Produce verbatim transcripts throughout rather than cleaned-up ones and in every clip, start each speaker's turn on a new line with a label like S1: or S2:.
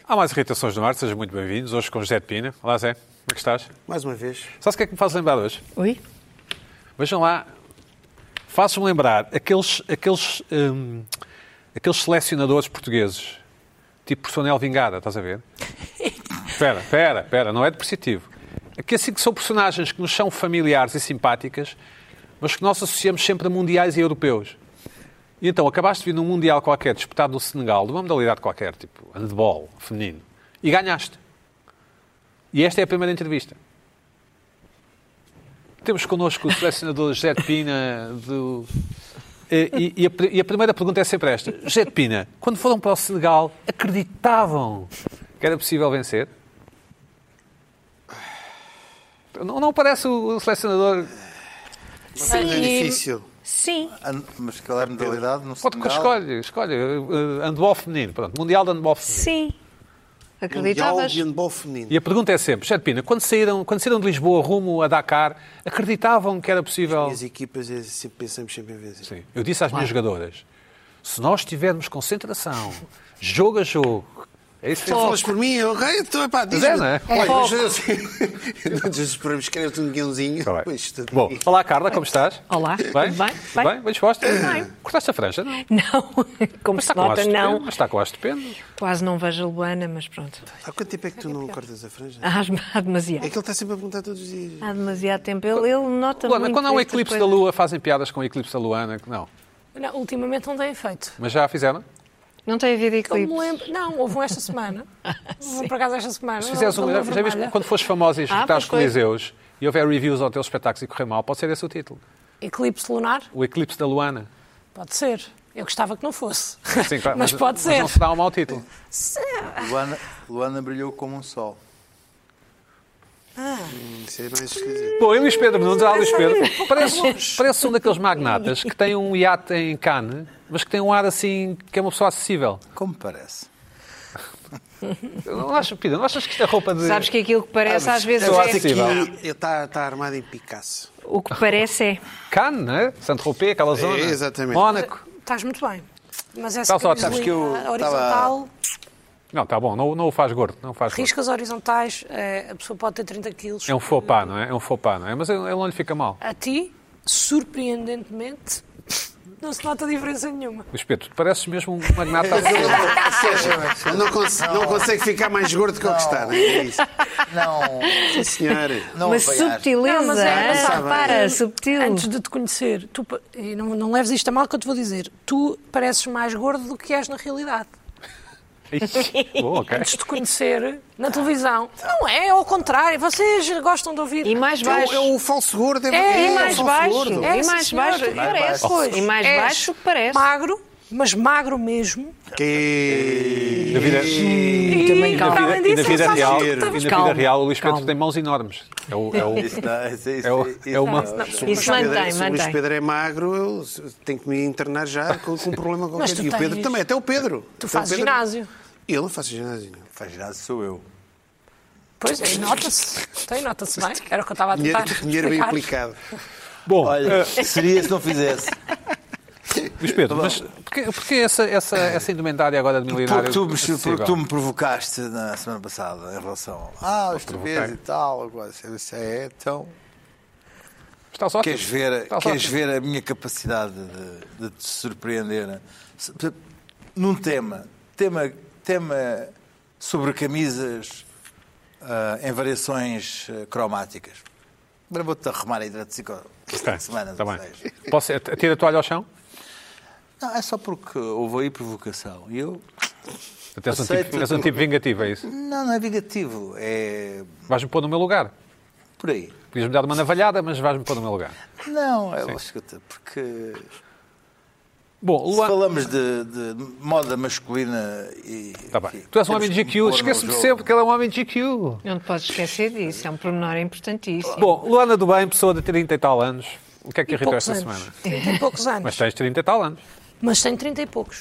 S1: Há mais irritações no ar, sejam muito bem-vindos. Hoje com José de Pina. Olá, Zé. Como é que estás?
S2: Mais uma vez.
S1: Sabes o que é que me faz lembrar hoje?
S3: Oi?
S1: Vejam lá, faz-me lembrar aqueles, aqueles, hum, aqueles selecionadores portugueses, tipo Personel Vingada, estás a ver? Espera, espera, espera, não é depreciativo. Aqui assim que são personagens que nos são familiares e simpáticas, mas que nós associamos sempre a mundiais e europeus. E então, acabaste de vir num mundial qualquer, disputado no Senegal, de uma modalidade qualquer, tipo handball, feminino, e ganhaste. E esta é a primeira entrevista. Temos connosco o selecionador José de Pina, do... E, e, a, e a primeira pergunta é sempre esta. José de Pina, quando foram para o Senegal, acreditavam que era possível vencer? Não, não parece o selecionador...
S2: Sim, é difícil.
S3: Sim.
S4: Mas qual é a modalidade? No
S1: Pode, escolhe, escolhe. Uh, handball feminino. Pronto. Mundial de handball feminino.
S3: Sim. Acreditavas?
S2: Mundial de handball feminino.
S1: E a pergunta é sempre, José de Pina, quando saíram, quando saíram de Lisboa rumo a Dakar, acreditavam que era possível...
S2: As equipas é, sempre, pensamos sempre em vencer.
S1: Sim. Eu disse às minhas jogadoras, se nós tivermos concentração, jogo a jogo... É isso que
S2: Tu falas por mim, ok? Então, epá, diz-me.
S1: é, não é?
S2: Olha, mas assim, escreve-te um guiãozinho.
S1: Tá bem.
S2: Pois, tudo
S1: Bom,
S2: bem.
S1: olá Carla, como estás?
S3: Olá,
S1: Bem?
S3: tudo bem?
S1: Tudo bem? Bem disposta?
S3: Bem.
S1: Cortaste a franja? Não.
S3: Não, como
S1: Mas
S3: se
S1: está com ar
S3: nota,
S1: estupendo.
S3: não.
S1: Mas está com ar estupendo.
S3: Quase não vejo a Luana, mas pronto.
S2: Há quanto tempo é que tu não cortas a franja?
S3: Há, há
S2: É
S3: demasiado.
S2: que ele está sempre a perguntar todos os dias.
S3: Há demasiado tempo. Ele, ele nota
S1: Luana,
S3: muito
S1: quando há um
S3: estas
S1: eclipse da
S3: coisas.
S1: Lua, fazem piadas com o eclipse da Luana? Não.
S5: Não, ultimamente não têm feito.
S1: Mas já fizeram?
S3: Não tem havido
S5: Eu
S3: eclipse.
S5: me lembro... Não, houve um esta semana. Houve um por acaso esta semana.
S1: Se fizeres um,
S5: da
S1: já,
S5: Lua
S1: já viste
S5: Vermelha.
S1: quando fores famosa e esgotar
S3: pois
S1: os
S3: foi.
S1: coliseus e houver reviews aos teus espetáculos e correr mal, pode ser esse o título.
S5: Eclipse lunar?
S1: O eclipse da Luana.
S5: Pode ser. Eu gostava que não fosse.
S1: Sim, claro,
S5: mas, pode
S1: Mas
S5: ser.
S1: não se dá um mau título.
S4: Luana, Luana brilhou como um sol.
S2: Isso é mais esquisito.
S1: Bom, e Luís Pedro Nunes, ah, Luís Pedro, parece, parece um daqueles magnatas que tem um iate em Cannes, mas que tem um ar assim, que é uma pessoa acessível.
S4: Como parece.
S1: Não achas, Pedro, não achas que isto é roupa de...
S3: Sabes que aquilo que parece às vezes
S1: eu
S3: é...
S1: acho que-
S2: Ele está está armado em Picasso.
S3: O que parece é...
S1: Cannes, não é? Saint-Tropez, aquela zona.
S2: exatamente.
S1: Mónaco.
S5: Estás muito bem. Mas essa
S1: Tá só,
S5: camisolinha
S4: sabes que eu
S5: horizontal,
S1: Não, está bom, não, não o faz gordo. Não o faz gordo.
S5: riscas horizontais, eh, a pessoa pode ter trinta quilos.
S1: É um faux pas, não é? É um faux pas, não é? Mas ele ele não lhe fica mal.
S5: A ti, surpreendentemente, não se nota diferença nenhuma.
S1: Luís Pedro, tu pareces mesmo um magnata.
S2: Ele não, cons não consegue ficar mais gordo que o que está, não é? É isso.
S4: Não,
S2: Sim, senhor.
S4: não
S3: Uma
S4: apanhar.
S3: subtileza.
S5: Não, mas é-
S3: ah,
S2: sabe,
S3: para,
S2: é-
S3: subtil.
S5: Antes de te conhecer, tu, pa- e não, não leves isto a mal que eu te vou dizer, tu pareces mais gordo do que és na realidade.
S1: Bom, ok.
S5: Antes de te conhecer na televisão. Não é, é ao contrário. Vocês gostam de ouvir.
S3: E mais
S2: É
S3: baixo.
S2: o, é o falso gordo. É,
S5: É,
S2: é
S3: E
S2: o
S3: mais
S2: falso
S3: baixo.
S2: gordo.
S5: É,
S3: E
S5: sim,
S3: mais
S5: senhora.
S3: baixo que
S5: Mais
S3: parece.
S5: baixo.
S3: E mais
S5: És
S3: baixo que parece.
S5: Magro, mas magro mesmo.
S2: Que...
S1: Na vida,
S5: E,
S3: também
S1: e na
S3: calma.
S5: para além
S1: vida, e na
S5: disso,
S1: vida
S5: ele faz
S1: real,
S5: tudo.
S1: e na vida
S3: Calma,
S1: real, o Luís Pedro
S3: calma.
S1: tem mãos enormes. É o, é o,
S4: Isso não, isso, isso,
S1: é o,
S4: isso,
S1: é uma...
S4: não.
S2: Se o
S3: Isso
S2: Luís Pedro-
S3: mantém,
S2: se o Luís
S3: mantém.
S2: Pedro é magro, eu tenho que me internar já com, com um problema
S5: Mas
S2: qualquer.
S5: tu
S2: E o Pedro
S5: tens-
S2: também, até o Pedro.
S5: Tu
S2: Até o
S5: fazes
S2: Pedro-
S5: ginásio.
S2: Eu não faço ginásio. não.
S4: Faz ginásio sou eu.
S5: Pois é, nota-se. Tem, nota-se bem. Era o que eu estava a tentar
S2: Dinheiro, dinheiro bem
S5: explicar.
S2: aplicado.
S1: Bom,
S4: Olha, seria se não fizesse.
S1: Luís Pedro, mas porquê, porquê essa, essa, essa indumentária agora de milionário?
S4: Porque tu, me-
S1: acessível?
S4: porque tu me provocaste na semana passada em relação ah, os estupidez e tal. Agora, se isso é, então.
S1: Está só
S4: Queres ver,
S1: Está só
S4: queres ver a minha capacidade de, de te surpreender? Se- portanto, Num tema, tema, tema sobre camisas ah, em variações ah, cromáticas. Agora vou-te arrumar aí durante cinco
S1: Ok,
S4: semanas.
S1: está
S4: ou
S1: bem.
S4: seis.
S1: Posso atira a toalha ao chão?
S4: Não, é só porque houve aí provocação. E eu.
S1: Tu és um
S4: Aceito.
S1: tipo, és um tipo vingativo, é isso?
S4: Não, não é vingativo. É
S1: Vais-me pôr no meu lugar.
S4: por aí.
S1: Podias-me dar uma navalhada, mas vais-me pôr no meu lugar.
S4: Não, é escuta, porque.
S1: Bom,
S4: Se
S1: Luana...
S4: falamos de, de moda masculina e.
S1: Tá bem.
S4: enfim,
S1: Tu és um homem
S4: temos
S1: G
S4: que
S1: Q,
S4: pôr no
S1: esquece-me
S4: jogo.
S1: sempre que ele é um homem G Q.
S3: Não te podes esquecer disso. É um pormenor importantíssimo.
S1: Bom, Luana do Bem, pessoa de trinta e tal anos. O que é que
S5: E
S1: irritou
S5: poucos
S1: esta
S5: anos.
S1: semana?
S5: trinta e poucos anos.
S1: Mas tens trinta e tal anos.
S5: Mas tenho trinta e poucos.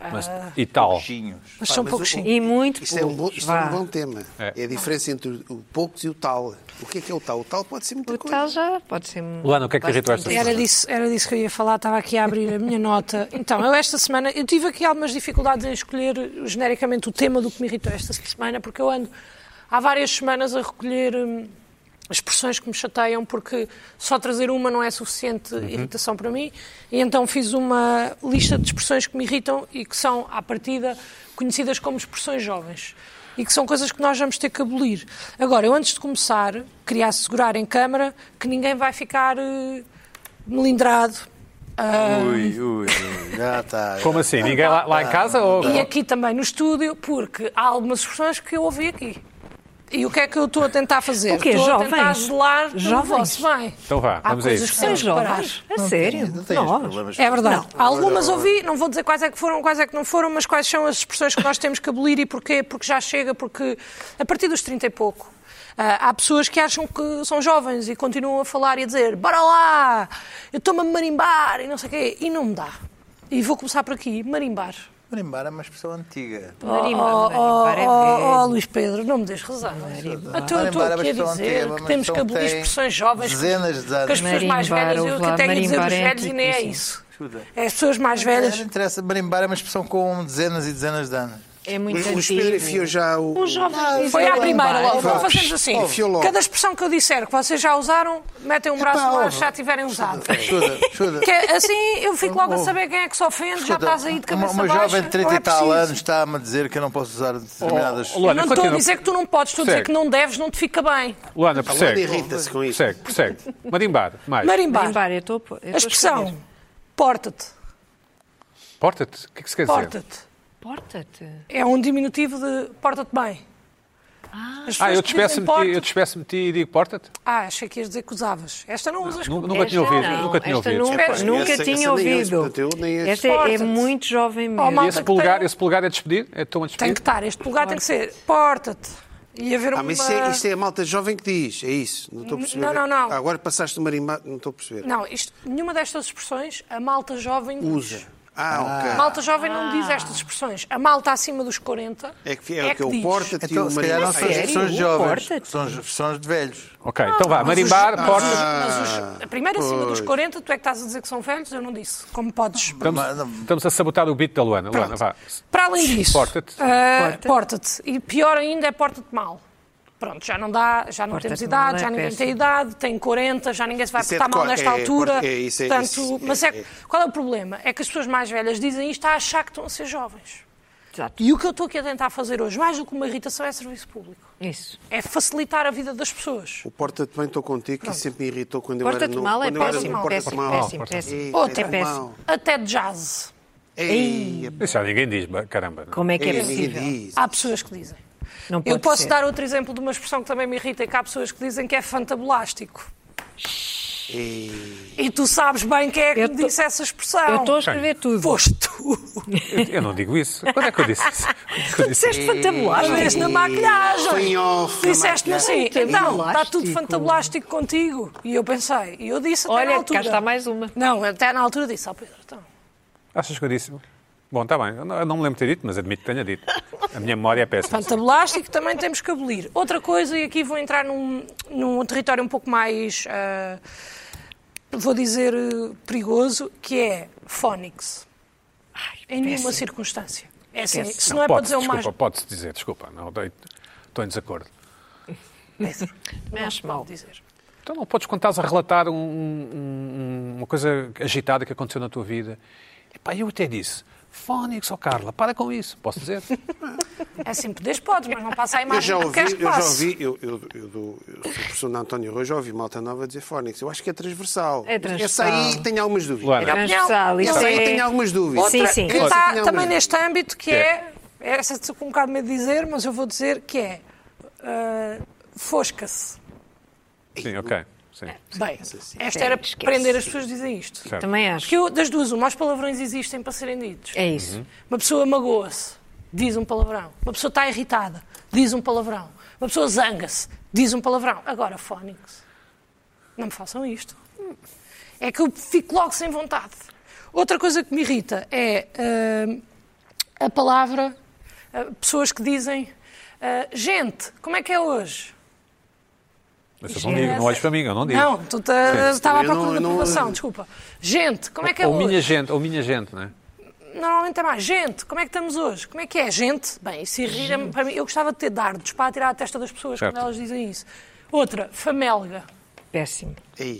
S1: Mas, e tal.
S4: Pouquinhos.
S5: Mas são
S2: mas
S5: poucos
S2: o-
S5: sim.
S3: E muito
S2: Isto, é um bom,
S3: poucos,
S2: isto é
S3: vá.
S2: um bom tema.
S1: É.
S2: É, a diferença entre o, o poucos e o tal. O que é que é o tal? O tal pode ser muita
S3: O
S2: coisa.
S3: tal já pode ser...
S1: Luana, o que é que te irritou esta
S3: bastante
S1: semana?
S5: Era disso, era disso que eu ia falar, estava aqui a abrir a minha nota. Então, eu esta semana, eu tive aqui algumas dificuldades em escolher genericamente o tema do que me irritou esta semana, porque eu ando há várias semanas a recolher hum, expressões que me chateiam, porque só trazer uma não é suficiente irritação para mim, e então fiz uma lista de expressões que me irritam e que são, à partida, conhecidas como expressões jovens. E que são coisas que nós vamos ter que abolir. Agora, eu antes de começar, queria assegurar em câmara que ninguém vai ficar uh, melindrado. Ah,
S4: Ui, ui, ui, já está.
S1: Como assim? Ninguém lá, lá em casa? Ou...
S5: e aqui também no estúdio, porque há algumas expressões que eu ouvi aqui. E o que é que eu estou a tentar fazer?
S3: O quê?
S5: Estou
S3: Jovens?
S5: a tentar zelar pelo
S3: Jovens?
S5: vosso bem.
S1: Então vá,
S5: Há
S1: vamos a
S5: coisas
S1: isso.
S5: que
S3: São
S5: temos que parar.
S3: jovens? A sério?
S4: Não tens
S3: Nós?
S4: problemas.
S5: É verdade.
S4: Não.
S5: Algumas ouvi, não vou dizer quais é que foram, quais é que não foram, mas quais são as expressões que nós temos que abolir e porquê? Porque já chega, porque a partir dos trinta e pouco ah, há pessoas que acham que são jovens e continuam a falar e a dizer bora lá, eu estou-me a marimbar e não sei o quê, e não me dá. E vou começar por aqui, marimbar.
S4: Marimbar é uma expressão antiga.
S3: Marimba,
S5: Oh,
S3: marimbar é
S5: oh, oh,
S3: velho.
S5: oh, Luís Pedro, não me deixes rezar.
S3: Marimbar.
S5: Então, eu estou
S4: Marimbar é uma
S5: aqui a
S4: expressão
S5: dizer
S4: antiga,
S5: que
S4: uma
S5: temos que
S4: expressão que
S5: abolir
S4: tem
S5: expressões jovens.
S4: dezenas de anos.
S5: Que as pessoas mais
S3: Marimbar,
S5: velhas, eu
S3: ouve lá,
S5: que tenho a dizer
S3: marimbar
S5: os
S3: é
S5: velhos e nem é
S3: antiquíssimo.
S5: isso.
S4: Escuta.
S5: É as pessoas mais velhas.
S4: Não interessa, marimbar é uma expressão com dezenas e dezenas de anos.
S3: É muito
S2: O Luís Pedro enfiou
S3: antigo.
S2: já o...
S3: Os jovens
S5: Foi à primeira logo.
S2: Vá.
S5: Fazemos assim.
S2: Enfiou logo.
S5: Cada expressão que eu disser que vocês já usaram, metem um braço
S2: Epá,
S5: no ar
S2: ouve.
S5: se já tiverem usado.
S4: Escuta, escuta.
S5: Que é assim eu fico logo a saber quem é que se ofende, já
S4: Escuta,
S5: estás aí de
S4: uma,
S5: cabeça
S4: uma
S5: baixa.
S4: jovem de trinta
S5: não é
S4: e tal
S5: preciso.
S4: anos está-me a dizer que eu não posso usar determinadas...
S1: Oh, Luana,
S5: Eu não estou a
S1: continua.
S5: dizer que tu não podes, estou a dizer
S1: Segue.
S5: que não deves, não te fica bem.
S1: Luana,
S2: A Luana
S1: prossegue.
S2: irrita-se com isso.
S1: Prossegue, prossegue. Marimbar, mais.
S5: Marimbar.
S3: Marimbar, eu estou eu estou
S5: A expressão porta-te,
S1: Porta-te. O que é que se quer dizer?
S5: porta-te.
S3: Porta-te.
S5: É um diminutivo de porta-te bem. As
S1: Ah,
S5: pessoas
S1: eu
S5: que dizem
S1: despeço-me de ti,
S5: porta-te-
S1: eu despeço-me de ti e digo porta-te?
S5: Ah, achei que ias dizer que usavas. Esta não usas.
S1: Nu-
S5: como-
S1: Nunca tinha
S3: Esta
S1: ouvido.
S3: não,
S1: Nunca tinha
S3: esta
S1: ouvido.
S3: Nunca,
S2: Essa-
S3: nunca
S2: essa
S3: tinha
S2: nem eu,
S3: ouvido.
S2: portanto, eu nem esse.
S3: Esta é, é
S5: Porta-te.
S3: muito jovem
S5: Oh,
S3: mesmo.
S5: malta
S1: E esse
S5: que
S1: polegar,
S5: tem-
S1: esse polegar é despedir? É tão a despedir?
S5: Tem que estar. Este lugar tem que ser porta-te. E haver
S2: Ah,
S5: uma...
S2: mas isto é, isto é a malta jovem que diz, é isso. Não estou a perceber.
S5: Não, não, não.
S2: Ah, agora passaste o marimba, não estou a perceber.
S5: Não, isto, nenhuma destas expressões a malta jovem diz.
S2: Usa. Ah, ok.
S5: A malta jovem não diz estas expressões. A malta acima dos quarenta
S2: É que é, o que é o
S5: diz.
S2: porta-te e
S4: Então,
S2: o
S4: se calhar
S2: marimba.
S4: não são
S3: sério?
S4: expressões de jovens,
S3: Porta-te.
S4: são expressões de velhos.
S1: Ok, então vá.
S5: Mas
S1: Marimbar,
S5: os-
S1: porta.
S5: Mas os, a primeira acima dos quarenta, tu é que estás a dizer que são velhos, eu não disse. Como podes.
S1: Estamos,
S4: Mas não-
S1: estamos a sabotar o beat da Luana. Luana, vá.
S5: Para além disso,
S1: Porta-te.
S5: ah,
S3: Porta-te.
S5: porta-te. E pior ainda é porta-te mal. Pronto, já não dá, já não
S3: Porta-te
S5: temos
S3: mal
S5: idade,
S3: é
S5: já ninguém
S3: péssimo.
S5: tem idade, tem quarenta, já ninguém se vai
S2: Isso é
S5: portar
S2: de
S5: mal
S2: qual-
S5: nesta
S2: é,
S5: altura.
S2: porta- é, isso é-
S5: Portanto,
S2: isso-
S5: mas
S2: é-
S5: é, que- qual é o problema? É que as pessoas mais velhas dizem isto a achar que estão a ser jovens.
S3: Exato.
S5: E o que eu estou aqui a tentar fazer hoje, mais do que uma irritação, é serviço público.
S3: Isso.
S5: É facilitar a vida das pessoas.
S2: O porta-te bem, estou contigo, que isso sempre me irritou quando eu era
S3: Porta-te
S2: no...
S3: mal é
S2: quando eu era
S3: péssimo.
S2: no porta-te
S3: Péssimo,
S2: mal.
S3: péssimo, péssimo.
S2: Ei,
S5: Outra.
S2: porta-te
S3: É péssimo.
S2: mal.
S5: Até de jazz.
S2: Ei,
S1: Isso já ninguém diz, ba- caramba.
S3: Como é que é
S2: ei, ninguém
S3: possível?
S2: diz.
S5: Há pessoas que dizem.
S3: Não
S5: Eu
S3: pode
S5: posso
S3: ser.
S5: dar outro exemplo de uma expressão que também me irrita, e que há pessoas que dizem que é fantabulástico.
S2: Ei.
S5: E tu sabes bem quem é que
S3: Eu
S5: me
S3: tô-
S5: disse essa expressão.
S3: Eu estou a escrever tudo.
S5: Foste tu.
S1: Eu, eu não digo isso. Quando é que eu disse isso? Quando é que eu disse isso?
S3: Disseste fantabulástico.
S5: Vês na maquilhagem.
S2: Foi em off, na
S5: Disseste-me assim,
S3: maquilhagem.
S5: então, está
S3: Fantabulástico.
S5: tudo fantabulástico contigo. E eu pensei, e eu disse até na
S3: Olha,
S5: altura.
S3: cá está mais uma.
S5: Não, até na altura disse, ó Pedro, então.
S1: Achas que eu disse? Bom, está bem. Eu não, eu não me lembro de ter dito, mas admito que tenha dito. A minha memória é péssima.
S5: Fantabulástico também temos que abolir. Outra coisa, e aqui vou entrar num, num território um pouco mais, ah, vou dizer, eh, perigoso, que é fónix. Em nenhuma
S3: péssimo.
S5: circunstância. É assim,
S3: Péssimo.
S5: se não, é para
S1: pode,
S5: dizer o
S1: desculpa,
S5: mais...
S1: pode-se dizer, desculpa. Não, dei- estou em desacordo.
S3: Também acho mal.
S5: dizer.
S1: Então não podes, quando estás a relatar um- um- uma coisa agitada que aconteceu na tua vida. Epá, eu até disse, Fónix, ó Carla, para com isso. Posso dizer?
S5: É assim, podes, podes, mas não passa a
S2: Eu
S5: imagem
S2: já
S5: que
S2: ouvi,
S5: queres que
S2: eu já
S5: passe.
S2: ouvi, eu, eu, eu, dou- eu sou professor de António Rui, já ouvi malta nova dizer Fónix. Eu acho que é transversal.
S3: É transversal.
S2: Essa aí tenho algumas dúvidas.
S1: Luana.
S3: Transversal. Isto
S2: Essa aí
S3: é...
S2: tenho algumas dúvidas.
S3: Sim, sim.
S5: Que
S2: Essa
S5: está
S2: tenho
S5: também
S2: algumas-
S5: neste âmbito, que é... Essa estou com um bocado de medo de dizer, mas eu vou dizer que é... ah, fosca-se.
S1: Sim, ok. Sim.
S5: Bem, esta era
S3: Esquece.
S5: prender as pessoas a dizer isto.
S1: Certo.
S3: Também acho.
S5: Porque eu, das duas, uma, os palavrões existem para serem ditos.
S3: É isso.
S5: Uma pessoa magoa-se, diz um palavrão. Uma pessoa está irritada, diz um palavrão. Uma pessoa zanga-se, diz um palavrão. Agora, fónix. Não me façam isto. É que eu fico logo sem vontade. Outra coisa que me irrita é... ah, a palavra, uh, pessoas que dizem uh, gente, como é que é hoje?
S1: Mas eu não digo, não olhes para mim, eu não digo.
S5: Não, tu tá- estava à
S2: Eu não-
S5: procura
S2: eu
S5: da
S2: não-
S5: aprovação, desculpa. Gente, como é que é
S1: ou
S5: hoje?
S1: minha gente, ou minha gente, não é?
S5: Normalmente é mais gente, como é que estamos hoje? Como é que é? Gente? Bem, isso irrita-me. Para mim, eu gostava de ter dardos para atirar a testa das pessoas
S1: Certo.
S5: quando elas dizem isso. Outra, famelga.
S3: Péssimo.
S2: Ei.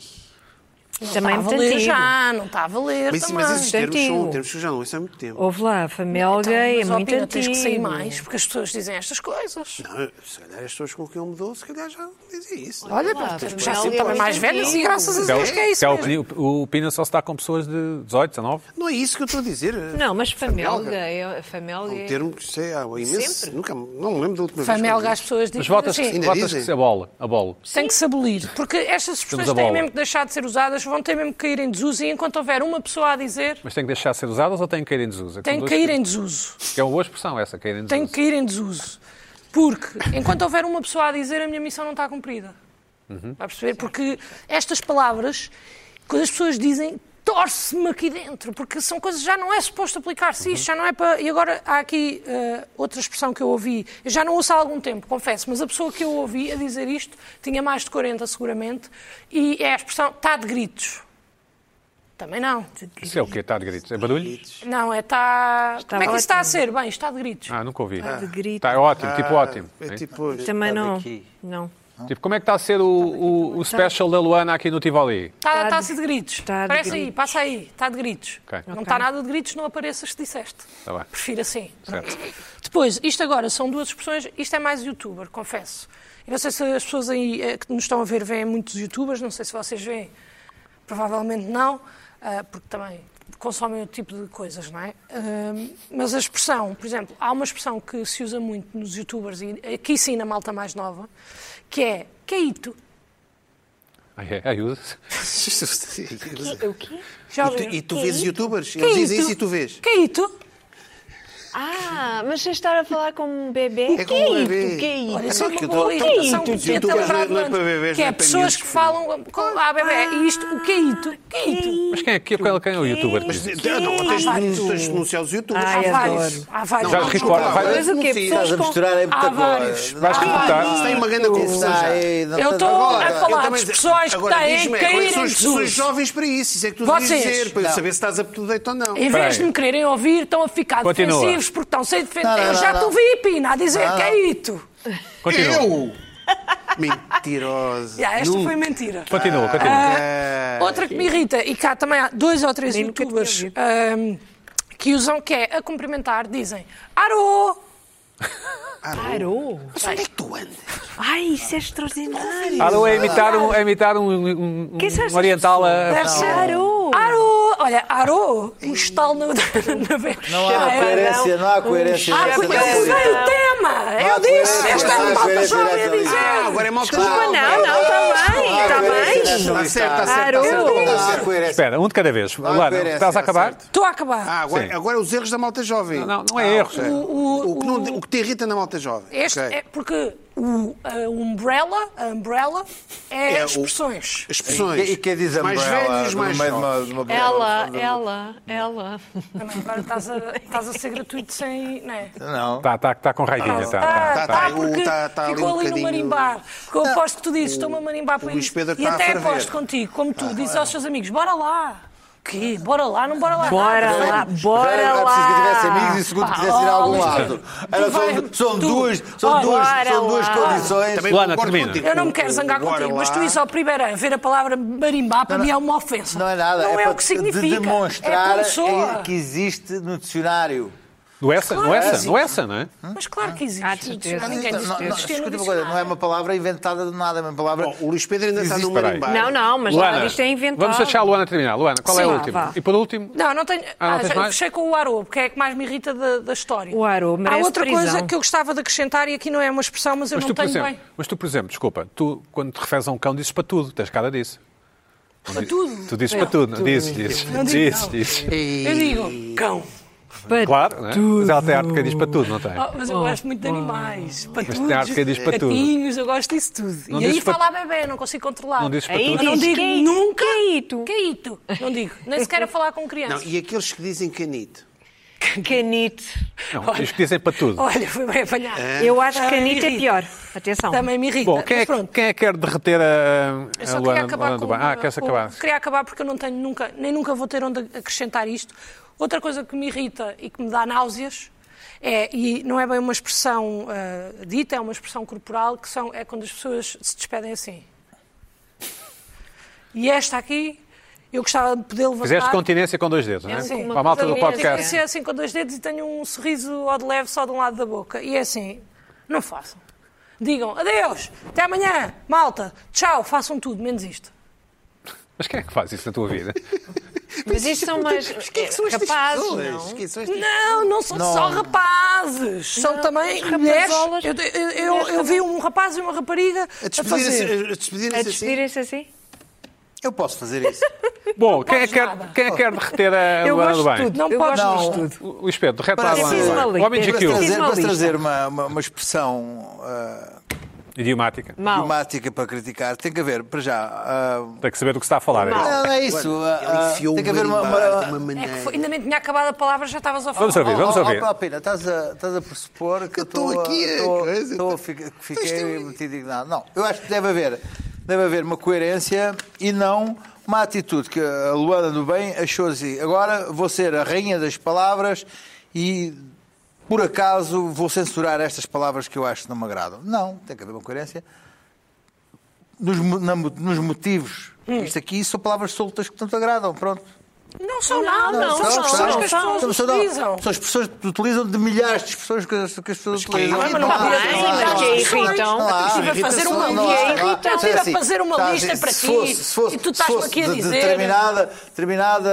S5: Não
S3: Também
S5: está a
S3: muito
S5: valer
S3: antigo.
S5: já, não está a valer
S2: Mas,
S5: também.
S2: mas esses termos
S3: Antigo.
S2: são termos que já não isso há muito tempo.
S3: Houve lá, Famelga
S5: Então,
S3: é
S5: mas, ó,
S3: muito
S5: Pina,
S3: antigo.
S5: tens que sair mais, porque as pessoas dizem estas coisas.
S2: Não, se calhar as pessoas com quem ele mudou, se calhar já dizem isso.
S5: Olha,
S3: lá,
S5: pá,
S3: Famelga
S5: já
S3: é
S5: são também
S3: muito
S5: mais velhas e
S3: antigo.
S5: graças a
S1: Até
S5: Deus que é isso
S1: o-
S5: mesmo.
S1: o, o Pina só se dá com pessoas de dezoito, dezanove.
S2: Não é isso que eu estou a dizer.
S3: Não, mas Famelga,
S2: Famelga.
S3: é, Famelga
S2: É um
S3: é...
S2: termo que sei, há imenso.
S3: Sempre.
S2: Nunca, não me lembro da última vez.
S5: Famelga,
S2: que eu
S5: as pessoas
S1: Mas
S5: dizem
S1: votas,
S5: assim,
S2: Ainda
S1: votas
S2: dizem?
S1: que se abole, abole.
S5: tem que se abolir, porque estas expressões
S1: Temos a
S5: têm
S1: bola.
S5: mesmo que deixar de ser usadas, vão ter mesmo que cair em desuso, e enquanto houver uma pessoa a dizer,
S1: Mas tem que deixar de ser usadas ou tem que cair em desuso? É que
S5: tem
S1: são
S5: que
S1: dois
S5: cair em
S1: tipos.
S5: desuso.
S1: Que é uma boa expressão essa, cair em desuso.
S5: Tem que cair em desuso. Porque, enquanto houver uma pessoa a dizer, a minha missão não está cumprida. Vai perceber? Porque estas palavras, quando as pessoas dizem, torce-me aqui dentro, porque são coisas que já não é suposto aplicar-se isto, já não é para... E agora há aqui uh, outra expressão que eu ouvi, eu já não ouço há algum tempo, confesso, mas a pessoa que eu ouvi a dizer isto tinha mais de quarenta seguramente, e é a expressão, está de gritos. Também não.
S1: Isso é o quê? Está de gritos? É barulho?
S5: Não, é está...
S3: Está
S5: Como é que isso está a
S3: ótimo.
S5: ser? Bem, está de gritos.
S1: Ah, nunca ouvi.
S3: de gritos.
S1: Está ótimo, tipo ótimo.
S2: É
S1: hein?
S2: tipo.
S3: Também não.
S4: daqui.
S3: Não.
S1: Tipo, como é que está a ser o, o, o special da Luana aqui no Tivoli?
S5: Está,
S3: Está
S5: está a
S3: de-
S5: ser de gritos.
S3: está de
S5: Parece aí,
S3: gritos.
S5: passa aí. Está de gritos.
S1: Ok.
S5: Não
S3: Ok.
S5: está nada de gritos, não apareças se disseste.
S1: Está bem.
S5: Prefiro assim.
S1: Certo.
S5: Depois, isto agora são duas expressões. Isto é mais youtuber, confesso. Eu não sei se as pessoas aí eh, que nos estão a ver veem muitos youtubers, não sei se vocês veem. Provavelmente não, ah, porque também consomem outro tipo de coisas, não é? Ah, mas a expressão, por exemplo, há uma expressão que se usa muito nos youtubers e aqui sim na malta mais nova, que é caíto.
S1: Ah, é? Ah, usa-se.
S3: O quê?
S5: Já
S2: E tu,
S5: ouviram?
S2: e tu vês youtubers?
S5: Que
S2: Eles dizem
S5: isso?
S2: isso e tu vês.
S5: Caíto.
S3: Ah, mas você está a falar como um bebê?
S2: É como um bebê.
S3: Que é isso?
S5: Olha, isso é uma
S2: que eu
S5: boa
S2: tô-
S5: imitação
S2: que
S5: que
S2: isso?
S5: tinha
S2: Youtubers
S5: lembrado
S2: não é
S5: antes,
S2: para bebês,
S5: que
S2: não
S5: é
S2: é para
S5: pessoas
S2: miúdos.
S5: que falam com a bebê. E isto, o caíto, caíto.
S1: Mas quem é, quem, quem é o youtuber que
S2: Mas
S1: diz isso?
S2: te- não, tens,
S5: vários.
S2: tens de denunciar os youtubers.
S3: Ai,
S5: Há vários.
S3: adoro.
S5: Há vários.
S1: Já
S5: Não,
S1: recorda-
S2: desculpa,
S1: vai-
S3: Mas o quê?
S2: Sim.
S3: Pessoas
S4: Estás a
S3: com...
S4: misturar é muita
S5: Há
S4: coisa.
S5: vários.
S1: Vais
S5: Há
S1: refutar?
S5: vários.
S2: Isso tem uma grande confusão já.
S4: Ai, não
S5: Eu
S4: te-
S5: estou
S4: Agora,
S5: a
S2: eu
S5: falar
S2: também-
S5: de expressões que
S2: agora,
S5: têm
S2: diz-me,
S5: que
S2: quais
S5: caírem
S2: são
S5: em
S2: as pessoas
S5: desuso.
S2: jovens para isso? Isso é que tu devias
S5: Vocês.
S2: dizer, para eu
S4: Não.
S2: saber se estás up to date ou não.
S5: Em
S1: Espera
S5: vez de
S1: aí.
S5: me quererem ouvir, estão a ficar
S1: Continua.
S5: defensivos porque estão sem defender.
S4: Não, não,
S5: Eu já
S4: não,
S5: te
S4: não.
S5: ouvi, Pina, a dizer
S4: Não, não.
S5: caíto.
S1: Continua.
S2: Eu? Mentirosa.
S5: Já, esta
S2: Nunca.
S5: foi mentira.
S1: Continua, continua.
S2: Ah,
S5: Outra que me irrita, e cá também há dois ou três
S3: Nem nunca
S5: youtubers
S3: tinha
S5: ahm, que usam, que é a cumprimentar, dizem Arô!
S3: Parou.
S2: Mas onde é que tu andas?
S3: Ai, isso é extraordinário.
S1: Alô, é imitar um, é imitar um, um, um,
S3: Quem são estas
S1: um oriental a...
S5: Deve ser.
S3: Parou.
S5: Arô! Olha, Arô! Um estalo na, na beira.
S4: Não há coerência, não há coerência.
S5: Ah,
S4: nessa
S5: porque eu
S4: coisa.
S5: mudei o tema! Eu disse! Esta é uma malta jovem a dizer!
S2: Ah, agora é malta
S3: Desculpa,
S2: jovem.
S3: não, não, está bem, está bem.
S2: Está certo, está certo, está
S3: Parou.
S2: certo.
S4: Não
S2: está
S4: há
S2: certo.
S4: coerência.
S1: Espera, um de cada vez. Luana,
S4: coerência,
S1: estás a acabar?
S4: certo.
S5: Estou a acabar.
S2: Ah, agora,
S1: Sim.
S2: agora os erros da malta jovem.
S1: Não, não é erros.
S2: ok.
S5: O- o-
S2: O que, não- o que te irrita na malta jovem.
S5: Este
S2: Ok.
S5: é porque o a umbrella, a umbrella é,
S2: É o-
S5: expressões.
S2: Expressões.
S4: E quem diz
S2: mais
S4: umbrella
S2: velhos,
S4: no
S2: mais
S4: meio de uma-
S2: jovens.
S4: de uma-
S3: Ela, ela, ela.
S5: Também agora estás a, estás a ser gratuito sem. Não é?
S4: Não.
S1: Está tá, tá com raivinha. Tá,
S5: Tá,
S1: tá,
S5: tá,
S2: tá.
S5: porque
S2: O- tá- tá ali
S5: ficou
S2: um
S5: ali no
S2: bocadinho-
S5: marimbar. Porque eu aposto que tu dizes, estou-me a marimbar para
S2: O Luís
S5: isso.
S2: Pedro
S5: E
S2: está a
S5: até
S2: ferver.
S5: aposto contigo, como tu dizes aos seus amigos, bora lá. Que? Bora lá, não bora lá.
S3: Bora
S5: nada.
S3: lá,
S4: Já
S3: bora
S4: era preciso que eu tivesse
S3: lá.
S4: amigos e segundo que
S5: Pá,
S4: quisesse ir a algum
S5: oh,
S4: lado. Era,
S5: tu vai-
S4: são, são
S5: tu-
S4: duas, são
S5: Olha,
S4: duas,
S3: bora
S4: são duas
S3: lá.
S4: condições.
S2: Também
S1: Luana,
S2: concordo
S1: termina.
S2: contigo.
S5: Eu não me quero zangar
S2: Bora
S5: contigo, mas
S2: lá.
S5: tu isso ao primeiro ano, ver a palavra marimbar, para mim é uma ofensa.
S4: Não é nada,
S5: Não
S4: é,
S5: é,
S4: para
S5: o que significa.
S4: de demonstrar
S5: é pessoa.
S4: que existe no dicionário.
S1: Do essa? No essa? No essa, não é?
S5: Mas claro que existe.
S3: Ah, de certeza.
S5: Ninguém
S4: Não,
S5: diz
S4: não,
S5: que
S4: não,
S5: existia no
S4: escuta uma coisa, não é uma palavra inventada de nada, é uma palavra.
S2: Bom, o Luís Pedro ainda está
S4: Existe,
S2: no
S1: peraí.
S2: marimbar.
S3: Não, não, mas
S1: Luana,
S3: nada disto é inventado.
S1: vamos deixar a Luana terminar. Luana, qual é
S5: Sim.
S1: a
S5: Vá,
S1: última?
S3: vá.
S1: E por último?
S5: Não, não tenho.
S1: Ah, não
S5: Ah,
S1: tens
S5: já-
S1: mais?
S5: fechei com o Arô, porque é a que mais me irrita da, da história.
S3: O Arô merece
S5: Há outra
S3: prisão.
S5: coisa que eu gostava de acrescentar, e aqui não é uma expressão, mas eu
S1: Mas
S5: não
S1: tu, por
S5: tenho
S1: exemplo,
S5: bem.
S1: mas tu, por exemplo, desculpa, tu, quando te referes a um cão, dizes para tudo. Tens cara disso.
S5: Para tudo.
S1: Tu dizes para tudo. Não? Dizes, dizes.
S5: Não digo,
S1: Dizes,
S5: não.
S1: dizes.
S5: Eu digo, cão.
S3: Para
S1: Claro, não é? Mas ela tem arte que diz para tudo, não tem?
S5: Oh, mas eu gosto muito de animais. Patudos,
S1: tem arte que diz para tudo.
S5: gatinhos, eu gosto disso tudo.
S1: Não
S5: e aí
S1: dizes para-
S5: fala a bebê, não consigo controlar.
S1: Não dizes para
S3: Aí
S1: tudo?
S5: Eu não
S3: diz,
S5: digo
S3: que é-
S5: nunca.
S3: que é ito?
S5: Que é ito? Não digo. Nem sequer a falar com
S2: Não,
S5: crianças.
S2: e aqueles que dizem canito?
S6: Canite.
S1: Não, diz que dizem para tudo.
S5: Olha, foi bem apanhado.
S6: Eu acho que
S5: Também me
S6: canite é
S5: irrita.
S6: pior. Atenção.
S5: Também me irrita.
S1: Bom, quem é,
S5: Mas pronto.
S1: quem é que quer derreter a,
S5: Eu
S1: a
S5: só
S1: Luana,
S5: queria acabar
S1: Luana do
S5: com
S1: Bem? Ah, queres
S5: com-
S1: acabar?
S5: Queria acabar porque eu não tenho nunca, nem nunca vou ter onde acrescentar isto. Outra coisa que me irrita e que me dá náuseas é, e não é bem uma expressão ah, dita, é uma expressão corporal, que são, é quando as pessoas se despedem assim. E esta aqui, eu gostava de poder levantar...
S1: Fizeste continência com dois dedos, não é?
S5: Sim.
S1: Para a malta do
S5: Eu
S1: podcast.
S5: ser assim com dois dedos e tenho um sorriso ao de leve só de um lado da boca. E é assim, não façam. Digam, adeus, até amanhã, malta, tchau, façam tudo, menos isto.
S1: Mas quem é que faz isso na tua vida?
S6: Mas isto são mais
S2: Quem é que são estas
S6: rapazes,
S2: pessoas?
S6: não?
S2: Quem são estas-
S5: Não, não são só rapazes, são também
S6: as
S5: mulheres.
S6: rapazolas-
S5: Eu, eu, eu, eu vi um rapaz e uma rapariga
S2: A
S5: a
S2: despedirem-se
S5: fazer.
S2: a despedirem-se
S6: A
S2: assim.
S6: despedirem-se assim?
S4: Eu posso fazer isso.
S1: Bom, quem é,
S5: podes
S1: que quer,
S5: nada.
S1: quem é que quer derreter a
S6: Eu
S1: Luana
S6: gosto
S1: do
S6: de
S1: Bem?
S6: tudo.
S5: Não
S6: Eu
S5: podes
S6: gosto
S4: Não.
S6: de tudo.
S1: O Espelho, derrete lá a
S4: Preciso
S1: Luana do
S6: uma
S1: Bem.
S6: lista.
S1: Homem de
S4: Para
S1: G Q,
S4: trazer,
S6: uma
S4: para
S6: lista.
S4: trazer uma, uma, uma expressão ah,
S1: idiomática.
S6: Mal.
S4: idiomática para criticar, tem que haver, para já. ah,
S1: Tem que saber do que se está a falar. é isso?
S4: não, não é isso.
S2: Olha,
S4: ah,
S2: ele enfiou
S4: tem que
S2: o
S4: haver uma.
S2: marimbar de
S4: uma...
S2: uma
S5: É
S2: maneira.
S5: que foi- ainda nem tinha acabado a palavra, já estavas a falar.
S1: Vamos ouvir, vamos
S4: Oh,
S1: ouvir.
S4: oh, oh, Pina, estás a, estás a pressupor que eu
S2: estou
S4: estou a-
S2: aqui a
S4: estou-
S2: coisa,
S4: estou a
S2: estou-
S4: ficar- que fiquei muito indignado. Não, eu acho que deve haver, deve haver uma coerência e não uma atitude que a Luana do Bem achou assim. Agora vou ser a rainha das palavras e, por acaso, vou censurar estas palavras que eu acho que não me agradam. Não, tem que haver uma coerência. Nos, mo- na mo- nos motivos, isto aqui são palavras soltas que não te agradam, pronto.
S5: Não são nada,
S6: não,
S5: são
S6: não,
S5: expressões
S6: não,
S5: que as
S6: são.
S5: pessoas
S4: São, não,
S5: utilizam.
S4: são expressões que utilizam de milhares de expressões que, as- que as pessoas utilizam.
S2: irrita?
S4: Não há-
S2: Mas
S6: bem,
S4: não há-
S6: mas que irritam.
S4: não há-
S5: Estive a fazer uma
S4: não há-
S5: lista.
S4: não há-
S5: Eu estive a
S4: assim,
S5: fazer uma
S4: está
S5: lista
S4: assim,
S5: para
S4: se
S5: ti,
S4: fosse- se fosse-
S5: e tu
S4: se
S5: estás-me
S4: fosse
S5: aqui a
S4: de
S5: dizer-
S4: Determinada, determinada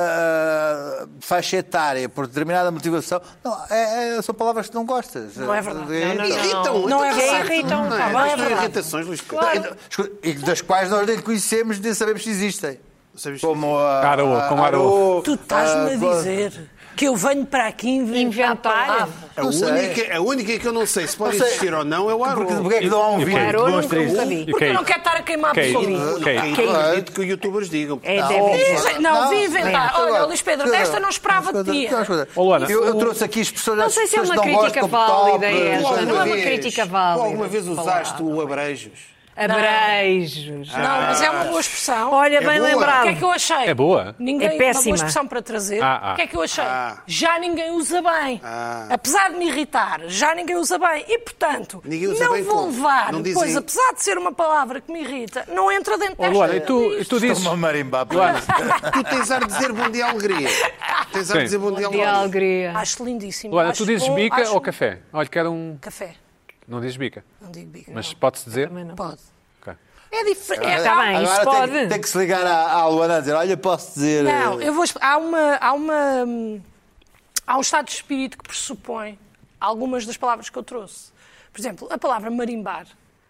S4: ah, ah, faixa etária, por determinada motivação. Não, é, é- são palavras que não gostas.
S5: Não é verdade.
S4: É-
S6: Não, não,
S2: Irritam.
S5: Não é
S2: então,
S5: verdade.
S6: Irritam,
S2: Não
S6: tá
S2: é?
S6: bem,
S2: Mas
S5: é
S2: são
S5: verdade.
S2: irritações, Luís Pedro.
S5: Claro.
S4: E das quais nós nem conhecemos, nem sabemos se existem.
S2: Sabes-
S4: Como a.
S1: Araô,
S4: a-
S1: como Araô.
S4: Araô,
S5: Tu estás-me a
S4: ah,
S5: dizer que eu venho para aqui inventar,
S6: Inventar?
S5: palavras.
S2: A
S4: Não sei.
S2: única, a única que eu não sei se pode
S4: Não sei.
S2: existir ou não é o Aro.
S4: Porque, porque é que não há um
S1: E o
S4: vídeo
S1: quê?
S4: que
S6: Arô
S4: demonstra
S6: nunca
S4: isso?
S6: vi.
S1: E
S5: Porque
S1: quem?
S5: eu não quero estar a queimar
S1: Quem?
S5: pessoas.
S1: Quem?
S2: Quem acredito que os youtubers digam.
S6: É,
S4: Não.
S6: deve dizer.
S5: Dizem- Não, vim inventar.
S4: Não.
S5: Olha, Luís Pedro,
S4: Escuta,
S5: esta não esperava de ti.
S4: escuta, escuta.
S1: Ó, Luana,
S4: eu, eu
S1: o-
S4: trouxe aqui as pessoas.
S6: Não sei se é
S4: as
S6: uma
S4: pessoas não
S6: crítica
S4: gostam de
S6: válida
S4: top,
S6: esta,
S4: alguma
S6: não é uma
S4: vez.
S6: crítica
S2: Tu
S6: válida.
S2: alguma vez usaste o abrejos?
S6: Abreijos.
S5: Não, mas é uma boa expressão.
S6: Olha, bem
S2: boa.
S5: O
S6: lembrado.
S5: que é que eu achei?
S1: É boa?
S5: Ninguém,
S6: É
S5: Uma
S6: péssima.
S5: boa expressão para trazer.
S1: Ah, ah.
S5: O que é que eu achei?
S2: Ah.
S5: Já ninguém usa bem.
S2: Ah.
S5: Apesar de me irritar, já ninguém usa bem. E, portanto,
S2: Ninguém usa
S5: não
S2: bem
S5: vou
S2: como?
S5: levar.
S2: Não
S5: Pois,
S2: dizem-
S5: apesar de ser uma palavra que me irrita, não entra dentro
S1: Ó,
S5: desta
S1: Luana, e tu, e tu dizes...
S4: Uma marimba.
S1: Luana,
S2: Tu tens ar de dizer bom dia alegria. Tens ar
S1: Sim.
S2: de dizer bom dia
S6: De
S2: alegria.
S6: alegria.
S5: Acho lindíssimo.
S1: Luana,
S5: acho
S1: tu dizes
S5: bom,
S1: bica
S5: acho-
S1: ou café? Olha, quero um...
S5: Café.
S1: Não dizes bica,
S5: Não digo bica.
S1: mas pode-se dizer?
S6: Também não.
S5: Pode.
S1: Ok.
S5: É diferente.
S6: Está bem, isso
S4: Agora
S6: pode.
S4: tem, tem que se ligar à, à Luana a dizer: olha, posso dizer.
S5: Não,
S4: eh,
S5: eu vou. exp- Há uma. Há uma. hum, Há um estado de espírito que pressupõe algumas das palavras que eu trouxe. Por exemplo, a palavra marimbar.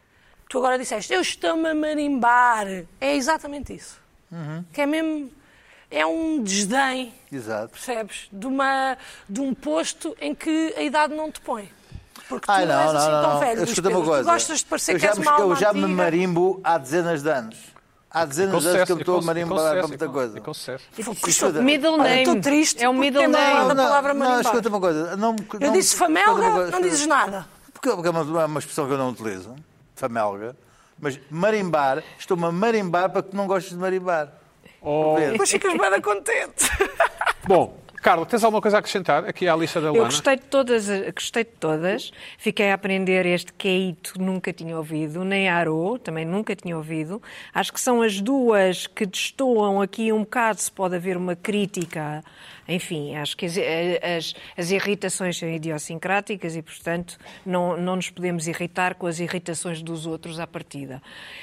S5: Tu agora disseste, eu estou-me a marimbar. É exatamente isso. Que é mesmo. É um desdém,
S4: Exato.
S5: percebes? De, uma, de um posto em que a idade não te põe. Porque tu
S4: Ai,
S5: não,
S4: não,
S5: és
S4: não,
S5: assim
S4: não.
S5: tão
S4: não.
S5: velho. Luís
S4: Escuta uma
S5: Pedro.
S4: coisa.
S5: Tu gostas de parecer
S4: eu
S5: que
S4: já,
S5: és
S4: me-
S5: uma alma
S4: Eu já me
S5: antiga.
S4: marimbo há dezenas de anos. Há dezenas
S1: Com
S4: de anos que eu
S1: sucesso,
S4: me estou a
S1: e com- e com
S4: marimbar para
S1: sucesso,
S4: muita
S1: e com-
S4: coisa.
S1: e com sucesso.
S5: Escuta,
S6: Middle
S5: olha,
S6: name.
S5: estou triste
S6: É um
S5: porque
S6: middle
S5: tem
S6: name.
S5: mal da palavra
S4: não,
S5: marimbar.
S4: escuta uma coisa. Não, me-
S5: Eu
S4: não-
S5: disse
S4: escuta uma
S5: famelga,
S4: coisa.
S5: não dizes nada.
S4: Porque é uma, é uma expressão que eu não utilizo. Famelga. Mas marimbar, estou-me a marimbar para que tu não gostes de marimbar.
S1: Oh.
S4: Ver.
S5: Mas ficas bem contente.
S1: Bom, Carla, tens alguma coisa a acrescentar aqui à lista da
S6: Eu
S1: Luana?
S6: gostei de todas, gostei de todas. Fiquei a aprender este Keito, nunca tinha ouvido, nem Arô, também nunca tinha ouvido. Acho que são as duas que destoam aqui um bocado, se pode haver uma crítica. Enfim, acho que as, as, as irritações são idiosincráticas e, portanto, não, não nos podemos irritar com as irritações dos outros à partida.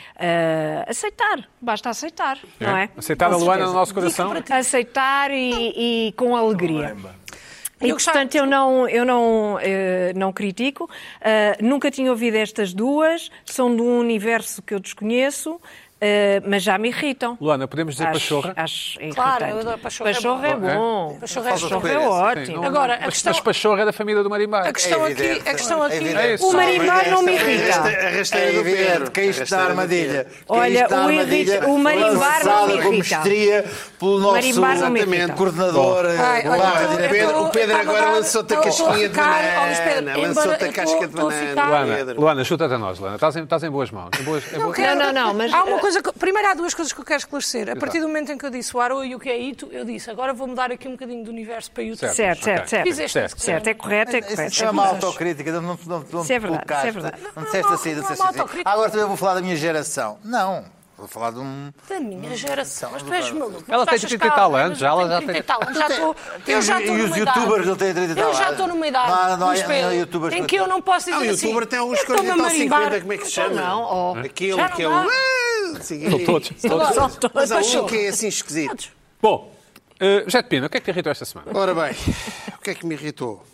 S6: Uh, aceitar, basta aceitar, não é?
S1: Aceitar
S6: Com
S1: a Luana
S6: certeza.
S1: no nosso coração?
S6: Aceitar e, e com alegria. E,
S5: Eu gostava-
S6: portanto, eu não, eu não, eh, não critico. Uh, nunca tinha ouvido estas duas, são de um universo que eu desconheço. mas já me irritam.
S1: Luana, podemos dizer
S6: Acho-
S1: pachorra?
S6: Acho
S5: Claro,
S6: irritante.
S5: eu adoro pachorra, é
S6: Pachorra é
S1: bom.
S6: bom.
S5: Pachorra é
S6: Pachorra é
S2: bom.
S6: ótimo.
S1: Sim, não-
S5: Agora, a
S1: mas,
S5: questão-
S1: mas pachorra é da família do marimbar.
S5: A questão
S4: É
S5: aqui,
S4: evidente.
S5: a questão aqui,
S1: É isso.
S6: O marimbar não me
S2: Arrasta-
S6: irrita.
S2: arrasteira
S4: É
S2: do
S4: evidente,
S2: Pedro.
S4: caíste da
S2: Arrasteira do
S4: armadilha.
S2: Pedro.
S6: Olha,
S4: Caíste da
S6: o
S4: armadilha
S6: irrita- o marimbar não me
S4: lançada com
S6: irrita.
S4: mestria pelo nosso
S6: marimbar não me
S2: exatamente,
S6: irrita.
S4: coordenador. eh,
S5: Ai, olha,
S4: barra
S5: eu tô-
S4: diretor.
S5: eu tô-
S2: O Pedro
S5: eu
S2: agora
S5: tava a dar-
S2: lançou-te a
S5: eu tô
S2: casquinha de
S5: ficar-
S2: banana.
S5: ó, Luís Pedro,
S2: Lançou-te
S5: embora
S2: a
S5: eu
S2: casca
S5: tô-
S2: de
S5: tô a
S2: banana.
S5: ficar-
S1: Luana,
S2: Pedro.
S1: Luana, chuta-te a nós, Luana. Estás em, estás em boas mãos. Em boas, em
S5: Não,
S1: boas...
S5: quero-
S6: Não, não, não, mas-
S5: Há uma coisa que, primeiro há duas coisas que eu quero esclarecer. A partir do momento em que eu disse o Aro e o que é Ito, eu disse, agora vou mudar aqui um bocadinho do universo para YouTube.
S1: Certo.
S6: Certo, certo,
S1: Ok.
S6: certo.
S5: Fizeste
S1: Certo.
S5: isso.
S6: Certo, é correto, é
S4: Isso
S6: correto.
S4: se chama autocrítica, não, não, não, não
S6: Isso é verdade,
S4: colocaste,
S6: isso é verdade.
S4: não disseste assim, não
S5: Não,
S4: disseste
S5: não,
S4: assim.
S5: autocrítica.
S4: Agora também vou falar da minha geração. Não, vou falar de um...
S5: Da minha geração. Mas tu és maluco.
S1: Ela tem
S5: Tu achas
S1: trinta e
S5: que
S1: tal
S5: ela-
S1: anos, ela já
S5: trinta e
S1: tem-
S5: tal anos, já estou- Eu já estou
S4: E os
S5: numa idade.
S4: youtubers não têm trinta e tal
S5: Eu já
S4: anos.
S5: estou numa idade,
S4: Não, não,
S5: Luís
S4: não,
S5: Pedro,
S4: não, youtubers
S5: em
S4: que-
S5: que eu não posso dizer
S2: Ah, o
S5: assim.
S2: youtuber tem uns
S5: eu estou-me a
S2: quarenta ou
S5: marimbar.
S2: cinquenta, como é que se
S5: Então
S2: chama?
S5: Não, ó.
S2: Aquele
S5: Já
S2: que é
S5: não
S2: o...
S5: dá.
S2: Ah, siga
S1: São
S2: aí.
S1: todos.
S5: Agora,
S6: São todos.
S2: Mas há um
S5: Pachorra.
S2: que é assim esquisito.
S1: Bom, uh, Jet Pina, o que é que te irritou esta semana?
S2: Ora bem, o que é que me irritou?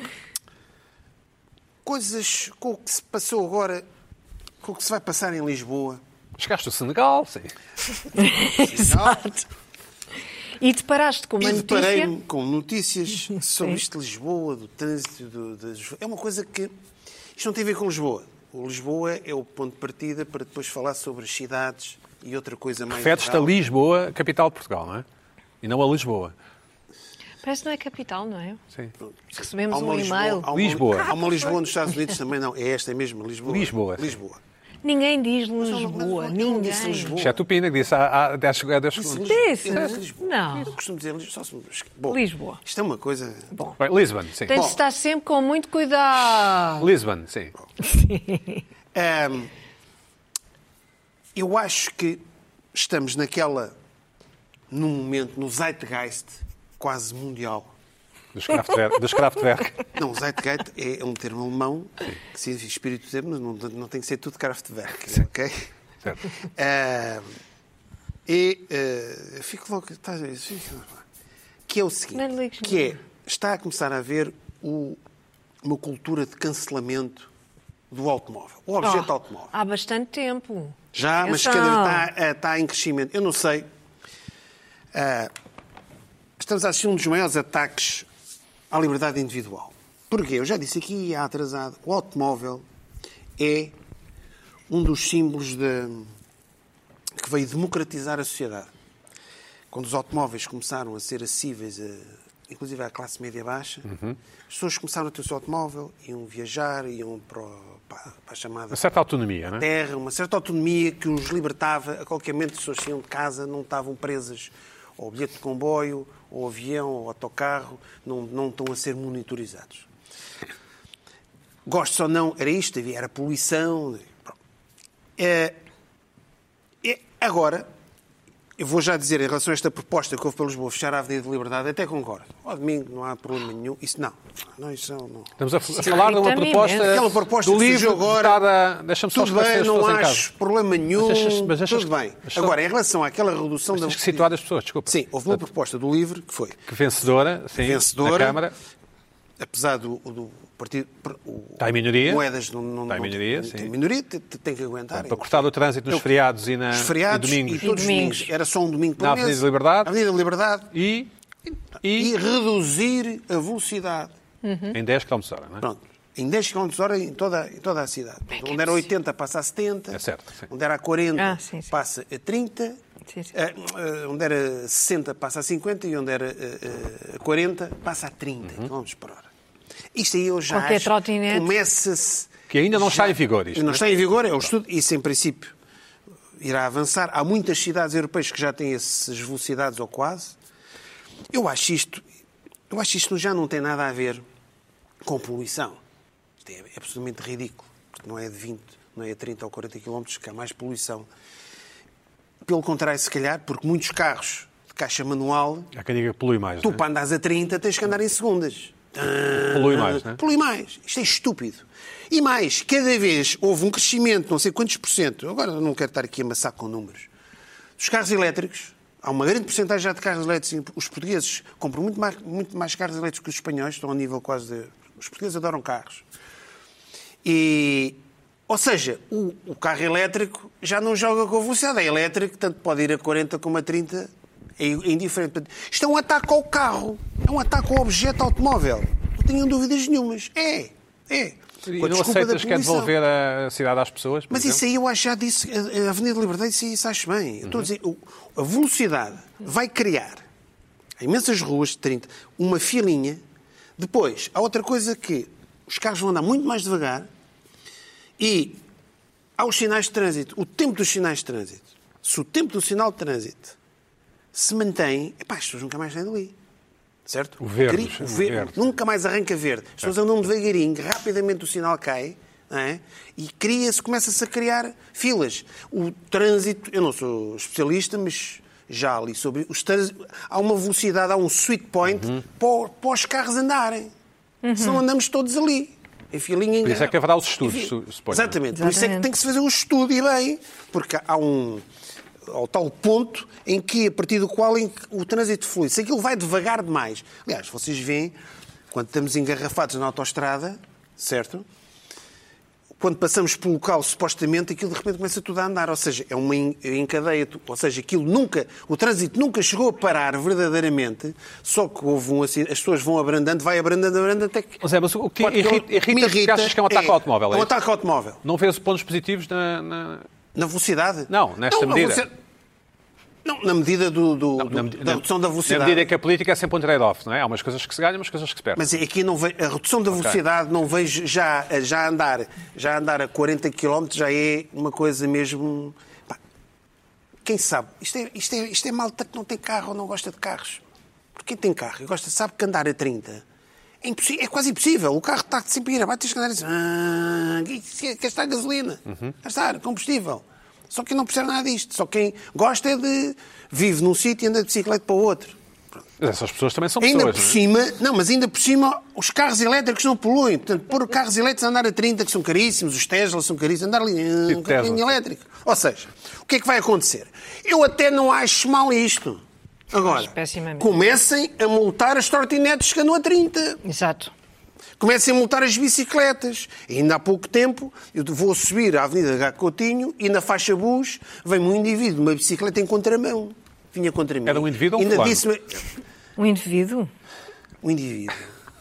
S2: Coisas com o que se passou agora, com o que se vai passar em Lisboa.
S1: Chegaste do Senegal, sim.
S6: Exato. E deparaste com uma
S2: E
S6: notícia...
S2: deparei-me com notícias sobre isto de Lisboa, do trânsito. Do, das- É uma coisa que. Isto não tem a ver com Lisboa. O Lisboa é o ponto de partida para depois falar sobre as cidades e outra coisa mais.
S1: Referes-te a
S2: geral.
S1: Lisboa, capital de Portugal, não é? E não a Lisboa.
S6: Parece que não é capital, não é?
S1: Sim.
S6: Recebemos
S2: Há uma
S6: um
S2: Lisboa-
S6: e-mail.
S2: há uma-
S1: Lisboa.
S2: Há uma Lisboa nos Estados Unidos também, não. É esta mesmo, Lisboa.
S1: Lisboa, sim.
S2: Lisboa.
S6: Ninguém diz
S2: Mas eu não-
S6: Lisboa,
S2: eu não disse
S6: ninguém.
S2: Lisboa.
S1: Exceto o Pina, que disse há, há dez, há dez
S2: Disse
S1: segundos.
S2: Lisboa.
S6: Disse?
S2: Eu disse Lisboa.
S6: Não.
S2: Eu costumo dizer Lisboa. Só se... Bom,
S6: Lisboa.
S2: Isto é uma coisa.
S1: Bem, Lisbon, sim.
S6: Tem de
S2: Bom.
S6: estar sempre com muito cuidado.
S1: Lisbon, sim.
S2: Ahm, eu acho que estamos naquela, num momento, no Zeitgeist quase mundial.
S1: Dos Kraftwerk. Dos Kraftwerk.
S2: Não, Zeitgeist é um termo alemão que significa espírito do tempo, mas não, não tem que ser tudo Kraftwerk, ok?
S1: Certo.
S2: Ahm, e ah, fico logo. Tá, fico- que é o seguinte:
S6: Não ligues
S2: que é, está a começar a haver o- uma cultura de cancelamento do automóvel, o objeto
S6: Oh,
S2: automóvel.
S6: há bastante tempo.
S2: Já, mas
S6: Atenção.
S2: cada vez está, está em crescimento. Eu não sei. Ah, estamos a assistir um dos maiores ataques à liberdade individual. Porquê? Eu já disse aqui, há atrasado, o automóvel é um dos símbolos de, que veio democratizar a sociedade. Quando os automóveis começaram a ser acessíveis, a, inclusive à classe média baixa, as pessoas começaram a ter o seu automóvel, iam viajar, iam para, o- para, para a chamada
S1: Uma certa autonomia, não é?
S2: terra, uma certa autonomia que os libertava. A qualquer momento as pessoas saíam de casa, não estavam presas ao bilhete de comboio, ao avião, ao autocarro, não, não estão a ser monitorizados. Gostes ou não, era isto, havia, era poluição. Pronto. É, é, agora, eu vou já dizer, em relação a esta proposta que houve para Lisboa, fechar a Avenida de Liberdade, até concordo. Ao domingo não há problema nenhum. Isso não. Não, isso não. não.
S1: Estamos a, a falar de uma
S6: irrita-me
S1: proposta,
S6: imenso.
S2: Aquela proposta
S1: do
S2: que
S1: livro
S2: surgiu agora,
S1: deputada... Deixa-me só
S2: Tudo
S1: esclarecer
S2: bem,
S1: as
S2: não
S1: pessoas em casa.
S2: acho problema nenhum.
S1: Mas achas- mas achas-
S2: tudo bem.
S1: mas-
S2: Agora, em relação àquela redução da.
S1: Tens que situar as pessoas, desculpa.
S2: Sim, houve uma proposta do LIVRE que foi,
S1: Que vencedora, sim,
S2: Vencedora.
S1: na Câmara.
S2: apesar do, do partido. O,
S1: Está em minoria.
S2: Moedas não, não,
S1: Está em
S2: não-
S1: minoria,
S2: tem,
S1: sim.
S2: tem minoria, tem, tem que aguentar.
S1: Para cortar o trânsito nos
S2: Eu-
S1: feriados e, na,
S2: Os feriados
S1: e domingos.
S2: e todos os
S6: domingos.
S2: domingos. Era só um domingo por
S1: Na
S2: mês.
S1: Avenida da Liberdade.
S2: Avenida da Liberdade.
S1: E,
S2: E,
S1: e,
S2: reduzir a velocidade.
S1: em dez quilómetros por hora, não é?
S2: Pronto. Em dez quilómetros por hora em toda, em toda a cidade. Onde era oitenta passa a setenta.
S1: É certo, sim.
S2: Onde era a quarenta
S6: Ah, sim, sim.
S2: passa a trinta.
S6: Sim, sim.
S2: Eh, eh, onde era sessenta passa a cinquenta. E onde era eh, eh, quarenta passa a trinta
S1: Uhum.
S2: quilómetros por hora. Isto aí eu já
S6: Qualquer
S2: acho,
S6: trotinete.
S2: começa-se...
S1: Que ainda não
S2: já-
S1: está em vigor isto,
S2: Não
S1: não é?
S2: está em vigor, é o estudo. Isso, em princípio, irá avançar. Há muitas cidades europeias que já têm essas velocidades ou quase. Eu acho isto... Eu acho que isto já não tem nada a ver com poluição. Isto é absolutamente ridículo. Porque não é de vinte, não é de trinta ou quarenta quilómetros que há mais poluição. Pelo contrário, se calhar, porque muitos carros de caixa manual,
S1: Há quem diga que polui mais,
S2: tu
S1: não é?
S2: para andares a trinta tens que andar em segundas.
S1: Polui mais, não é?
S2: Polui mais. Isto é estúpido. E mais, cada vez houve um crescimento, não sei quantos por cento, agora não quero estar aqui a amassar com números, dos carros elétricos. Há uma grande porcentagem já de carros elétricos. Os portugueses compram muito mais, muito mais carros elétricos que os espanhóis, estão a nível quase de... Os portugueses adoram carros. E, Ou seja, o, o carro elétrico já não joga com a velocidade. É elétrico, tanto pode ir a quarenta como a trinta, é indiferente. Portanto, isto é um ataque ao carro, é um ataque ao objeto automóvel. Não tenham dúvidas nenhumas. É, é.
S1: E não aceitas que é devolver a cidade às pessoas?
S2: Mas
S1: exemplo?
S2: isso aí eu acho, já disse, a Avenida da Liberdade, isso, isso acho bem. Eu estou a dizer, a velocidade vai criar, em imensas ruas de trinta, uma filinha. Depois, há outra coisa que os carros vão andar muito mais devagar e há os sinais de trânsito. O tempo dos sinais de trânsito. Se o tempo do sinal de trânsito se mantém, epá, as pessoas nunca mais saem dali. Certo?
S1: O verde,
S2: Cri- o verde,
S1: verde.
S2: Nunca mais arranca verde. As pessoas andam devagarinho, rapidamente o sinal cai, não é? E cria-se, começa-se a criar filas. O trânsito, eu não sou especialista, mas já li sobre os trânsitos. Há uma velocidade, há um sweet point
S1: Uhum.
S2: para, para os carros andarem.
S6: Uhum.
S2: Senão andamos todos ali, em filinha em
S1: Por isso é que haverá os estudos,
S2: Enfim,
S1: su- suponho.
S2: Exatamente. Por isso é que
S6: Exatamente.
S2: tem que se fazer um estudo e bem, porque há um ao tal ponto em que, a partir do qual em que o trânsito flui. Se aquilo vai devagar demais. Aliás, vocês veem, quando estamos engarrafados na autoestrada, certo? Quando passamos pelo local, supostamente, aquilo de repente começa tudo a andar. Ou seja, é uma encadeia. Ou seja, aquilo nunca, o trânsito nunca chegou a parar verdadeiramente, só que houve um acidente, as pessoas vão abrandando, vai abrandando, abrandando, até que...
S1: Mas é, mas o que
S2: Pode-
S1: irrita, irrita,
S2: me
S1: porque achas que é um ataque ao automóvel, é
S2: É um
S1: isso?
S2: ataque ao automóvel.
S1: Não vês pontos positivos na... na...
S2: Na velocidade?
S1: Não, nesta
S2: a
S1: medida.
S2: velocidade- Não, na medida do, do-
S1: Não,
S2: do-
S1: na, medi-
S2: da redução da
S1: na
S2: velocidade.
S1: medida que a política é sempre um trade-off, não é? Há umas coisas que se ganham, umas coisas que se perdem.
S2: Mas aqui não vejo, a redução da velocidade não vejo já, já, andar, já andar a quarenta quilómetros já é uma coisa mesmo... Pá, quem sabe? Isto é, isto, é, isto é malta que não tem carro ou não gosta de carros. Porque quem tem carro e gosta, sabe que andar a trinta é, impossível, é quase impossível. O carro está sempre a ir abaixo, tens que andar assim... Ah, gastar gasolina,
S1: Uhum.
S2: gastar combustível. Só quem não percebe nada disto. Só quem gosta é de... Vive num sítio e anda de bicicleta para o outro.
S1: Mas essas pessoas também são
S2: Ainda
S1: pessoas,
S2: por
S1: não é?
S2: cima, não, mas ainda por cima, os carros elétricos não poluem. Portanto, pôr carros elétricos a andar a trinta, que são caríssimos, os Tesla são caríssimos, andar ali um
S1: Tipo
S2: carrinho
S1: Tesla.
S2: elétrico. Ou seja, o que é que vai acontecer? Eu até não acho mal isto. Agora,
S6: Acho pessimamente.
S2: comecem a multar as trotinetes que andam a trinta.
S6: Exato.
S2: Comecem a multar as bicicletas. E ainda há pouco tempo, eu vou subir a Avenida Gago Coutinho e na faixa bus vem-me um indivíduo, uma bicicleta em contramão. Vinha contra mim.
S1: Era um indivíduo ou um
S2: ainda
S1: fulano?
S2: disse-me...
S6: Um indivíduo?
S2: Um indivíduo.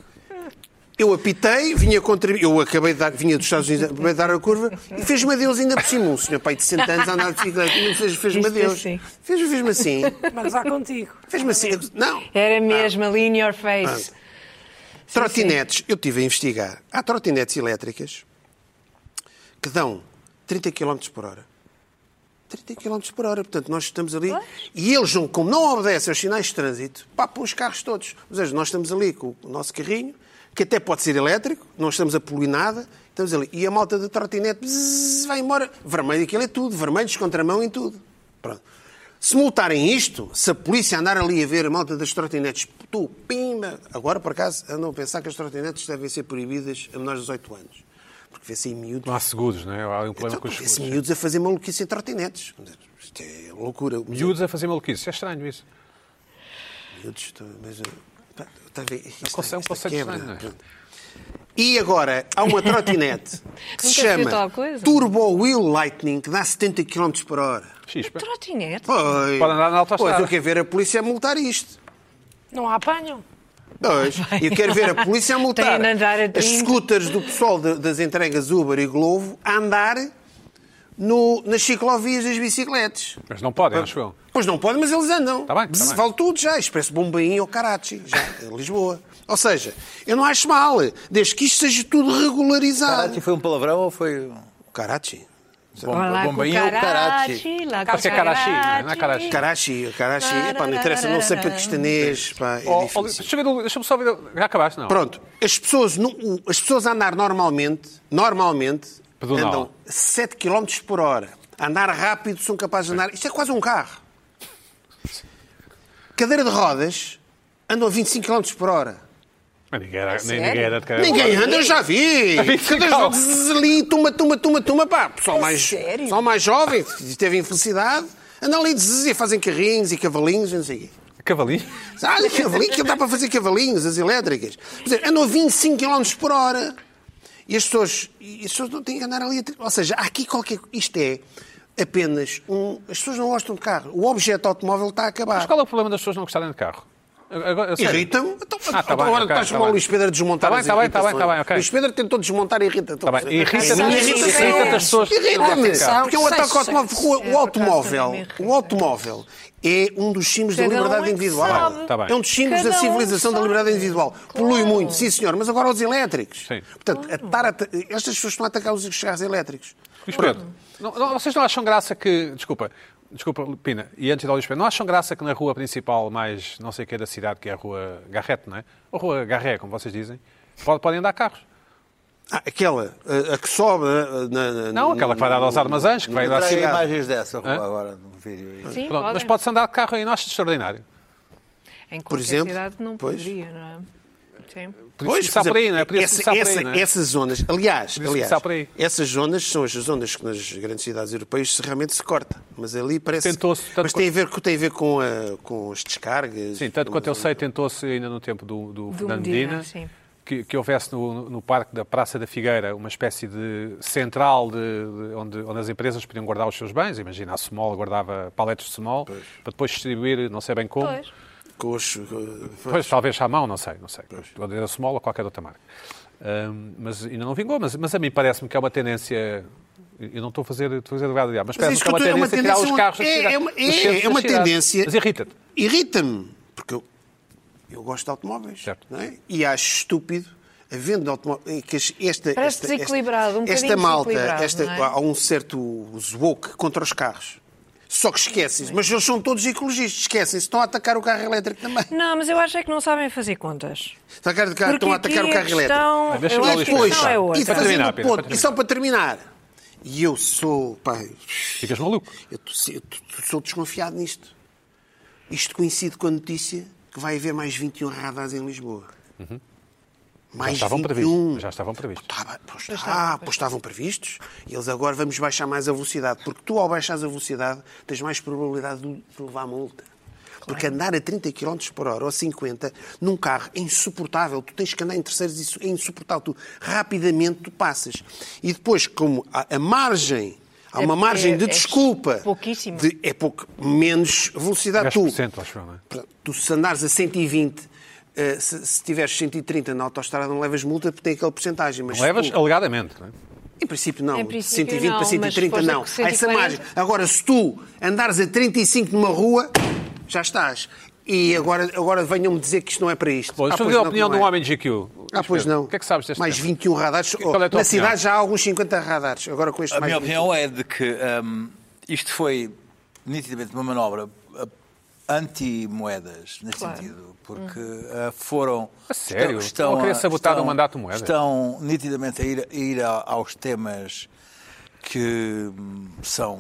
S2: Eu apitei, vinha contra mim, eu acabei de dar, vinha dos Estados Unidos, acabei de dar a curva, e fez-me adeus ainda por cima. Um senhor pai de sessenta anos a andar de bicicleta, e fez- fez-me
S6: Isto
S2: adeus.
S6: assim.
S2: Fez- Fez-me assim.
S5: Mas há contigo.
S2: Fez-me assim. Não.
S6: Era mesmo ali in your face.
S2: Trotinetes, eu estive a investigar. Há trotinetes elétricas que dão trinta quilómetros por hora. trinta quilómetros por hora. Portanto, nós estamos ali e eles, não- como não obedecem aos sinais de trânsito, papam os carros todos. Ou seja, nós estamos ali com o nosso carrinho, que até pode ser elétrico, não estamos a poluir nada, estamos ali. E a malta de trotinete bzzz, vai embora. Vermelho, aquilo é tudo. Vermelhos, contramão em tudo. Pronto. Se multarem isto, se a polícia andar ali a ver a malta das trotinetes, tu, pimba, agora por acaso andam a pensar que as trotinetes devem ser proibidas a menores de dezoito anos. Porque vê-se aí miúdos.
S1: Não há seguros, não é? Há um problema
S2: Então,
S1: com os
S2: vê-se
S1: seguros.
S2: miúdos a fazer maluquice em trotinetes. Isto é loucura.
S1: Miúdos a fazer maluquice. É estranho isso.
S2: Miúdos, mas, pá, está a ver, isto,
S1: conceito- é um
S2: isto
S1: conceito
S2: quebra.
S1: estranho, não é?
S2: Pronto. E agora, há uma trotinete que se
S6: Nunca se viu
S2: chama
S6: tal coisa?
S2: Turbo Wheel Lightning, que dá setenta quilómetros por hora.
S1: Xispa.
S6: Trotinete?
S2: Pois.
S1: Pode andar na autoestrada.
S2: Pois, eu quero ver a polícia a multar isto.
S5: Não a apanham.
S2: Pois. Eu quero ver a polícia a multar
S6: Tem de andar a
S2: as
S6: trinta.
S2: scooters do pessoal de- das entregas Uber e Glovo a andar no, nas ciclovias das bicicletas.
S1: Mas não podem, acho eu.
S2: Pois não pode, mas eles andam.
S1: Tá bem, tá bem.
S2: Vale tudo já. Isto parece Bombaim ou Karachi, já, em Lisboa. Ou seja, eu não acho mal, desde que isto seja tudo regularizado.
S4: Karachi foi um palavrão ou foi...
S2: Karachi?
S6: Olá, com
S4: Bombaim ou Karachi?
S6: lá com
S1: Acho que é Karachi, não é? Não é Karachi.
S2: Karachi, Karachi. Epá, não interessa, não sei paquistanês. Pá, é
S1: Oh, oh,
S2: difícil.
S1: deixa-me ver, deixa-me só ver. Já acabaste, não?
S2: Pronto, as pessoas, no- o- as pessoas a andar normalmente, normalmente,
S1: Pedonal.
S2: andam sete quilómetros por hora. A andar rápido, são capazes de andar... Isto é quase um carro. Cadeira de rodas, andam a vinte e cinco quilómetros por hora.
S1: Mas ninguém era, nem
S6: sério?
S1: ninguém era de cadeira.
S2: Ninguém anda, eu já vi.
S1: A vinte e cinco
S2: Cadeiras de rodas, ali, tuma, tuma, tuma, tuma, pá. Pessoal mais,
S6: sério?
S2: pessoal mais jovem, que teve infelicidade, andam ali zzz, e fazem carrinhos e cavalinhos, não sei o quê.
S1: Cavalinho?
S2: Olha, cavalinho, que dá para fazer cavalinhos, as elétricas. Quer dizer, andam a vinte e cinco quilómetros por hora. E as pessoas, e as pessoas não têm que andar ali... A... Ou seja, há aqui qualquer... Isto é apenas um... As pessoas não gostam de carro. O objeto automóvel está a acabar.
S1: Mas qual é o problema das pessoas não gostarem de carro?
S2: Irrita-me. Então,
S1: Ah, tá bem,
S2: agora
S1: ok,
S2: estás
S1: tá
S2: como o
S1: bem.
S2: Luís Pedro a desmontar
S1: Tá bem,
S2: as
S1: tá bem, tá bem,
S2: irritações.
S1: tá bem, ok.
S2: O Luís Pedro tentou desmontar e irrita.
S1: Tá bem. Irrita-te
S2: A minha
S1: irrita-te
S2: irritação-
S1: as pessoas que não
S2: Irrita-me.
S1: gostam de carro.
S2: Porque é um ataque ao automóvel. Porque o-
S6: É,
S2: o
S6: por
S2: automóvel,
S6: acaso também me
S2: o automóvel é um dos símbolos da
S6: Cada um
S2: liberdade
S6: é que
S2: individual.
S6: sabe.
S1: Tá bem.
S2: É um dos símbolos
S6: Cada
S2: da
S6: um
S2: civilização da
S6: sabe.
S2: liberdade individual. Polui muito, sim senhor, mas agora os elétricos.
S1: Sim.
S2: Portanto, a estar a- estas pessoas estão a atacar os carros elétricos.
S1: Luís Pedro, não- não- vocês não acham graça que... Desculpa, desculpa, Pina, e antes da Luís Pedro, não acham graça que na rua principal mais não sei o que da cidade, que é a Rua Garrete, não é? Ou Rua Garré, como vocês dizem, pode- podem andar carros?
S2: Ah, aquela, a, a que sobe a- na, na-
S1: Não, aquela que vai dar aos armazéns, que vai dar...
S4: Traga
S2: cidade.
S4: imagens dessa
S1: Hã?
S4: agora no vídeo. aí.
S6: Sim,
S1: Pronto,
S6: podem.
S1: mas pode-se andar de carro aí, não acho extraordinário.
S6: Em
S2: Por
S6: qualquer
S2: exemplo,
S6: cidade não
S2: pois.
S6: poderia, não é? Sim.
S1: Por isso começar
S2: por
S1: por aí, não é?
S2: exemplo,
S1: Por isso
S2: essa-
S1: começar por
S2: essa-
S1: aí, não é?
S2: Essas zonas, aliás,
S1: isso
S2: aliás
S1: começar por aí.
S2: essas zonas são as zonas que nas grandes cidades europeias se realmente se corta. Mas ali parece.
S1: Tentou-se, tanto
S2: Mas tem a ver, com- tem a ver com, a- com as descargas.
S1: Sim, tanto quanto eu sei, tentou-se ainda no tempo do, do, Fernando
S6: Medina,
S1: Medina
S6: sim.
S1: que, que houvesse no, no parque da Praça da Figueira uma espécie de central de, de- onde, onde as empresas podiam guardar os seus bens. Imagina, a Smol guardava paletes de Smol para depois distribuir, não sei bem como.
S6: Pois.
S2: Com os,
S1: Pois, talvez à mão, não sei, não sei. Ou da Smol ou qualquer outra marca. Hum, mas ainda não vingou, mas, mas a mim parece-me que é uma tendência... Eu não estou a fazer, estou a fazer advogado do diabo, mas
S2: Mas
S1: parece-me que é uma tendência tirar os carros das
S2: é,
S1: cidades-
S2: é uma,
S1: dos centros
S2: é, é uma
S1: das cidades.
S2: tendência.
S1: Mas irrita-te.
S2: Irrita-me. Porque eu, eu gosto de automóveis.
S1: Certo.
S2: Não é? E acho estúpido, havendo automóveis. Que esta,
S6: Parece
S2: esta,
S6: desequilibrado, um
S2: esta, esta
S6: bocadinho
S2: malta,
S6: desequilibrado,
S2: esta,
S6: não é?
S2: há um certo woke contra os carros. Só que esquecem-se. Mas eles são todos ecologistas. Esquecem-se. Estão a atacar o carro elétrico também.
S6: Não, mas eu acho é que não sabem fazer contas.
S2: Estão a atacar,
S6: Porque
S2: estão a atacar
S6: aqui
S2: o carro
S6: a
S2: elétrico.
S6: questão,
S1: Ah, deixa
S6: eu
S1: eu
S6: acho
S1: ver
S6: que
S1: o
S6: a
S1: Luís
S6: questão é
S1: Pedro.
S6: outra.
S2: e,
S1: Para
S2: fazendo
S1: terminar,
S2: o
S1: Pina,
S2: ponto,
S1: para
S2: e só para terminar. E eu sou... Pá,
S1: Ficas maluco.
S2: eu tô- eu tô- sou desconfiado nisto. Isto coincide com a notícia que vai haver mais vinte e um radares em Lisboa.
S1: Já
S2: Mais
S1: estavam
S2: vinte e
S1: previstos.
S2: um.
S1: Já estavam previstos.
S2: Estava- pois, ah, pois estavam previstos. E eles agora vamos baixar mais a velocidade. Porque tu, ao baixares a velocidade, tens mais probabilidade de de levar multa. Porque andar a trinta quilómetros por hora ou cinquenta num carro é insuportável. Tu tens que andar em terceiros, isso é insuportável. Tu, rapidamente tu passas. E depois, como a, a margem, há uma
S6: É-
S2: margem de
S6: é- é
S2: desculpa.
S6: pouquíssimo.
S2: de- é pouco, menos velocidade.
S1: dez
S2: Tu,
S1: por cento, acho eu, não é?
S2: Portanto, tu se andares a cento e vinte, eh, se, se tiveres cento e trinta na autoestrada não levas multa porque tem aquela porcentagem. Mas
S1: Não levas
S2: se tu-
S1: alegadamente, não é?
S2: em princípio não.
S6: Em
S2: De
S6: princípio,
S2: cento e vinte
S6: não,
S2: para cento e trinta
S6: mas
S2: não.
S6: depois
S2: Há
S6: de
S2: essa
S6: cento e
S2: margem.
S6: quarenta.
S2: Agora, se tu andares a trinta e cinco numa rua, já estás. E agora, agora venham-me dizer que isto não é para isto.
S1: Bom, deixa eu
S2: pois
S1: ver a
S2: não,
S1: opinião
S2: não
S1: de um
S2: é.
S1: homem de G Q.
S2: Ah, pois não.
S1: O que é que sabes deste
S2: Mais
S1: tema?
S2: vinte e um radares.
S1: Qual é a tua
S2: Na
S1: opinião?
S2: cidade já há alguns cinquenta radares. Agora com este
S4: A
S2: mais
S4: minha
S2: vinte e um.
S4: opinião é de que hum, isto foi nitidamente uma manobra uh, anti-moedas, nesse
S6: Claro.
S4: sentido, porque uh, foram...
S1: A sério? Estão a querer sabotar o mandato moeda?
S4: Estão nitidamente a ir, a ir a- aos temas que hum, são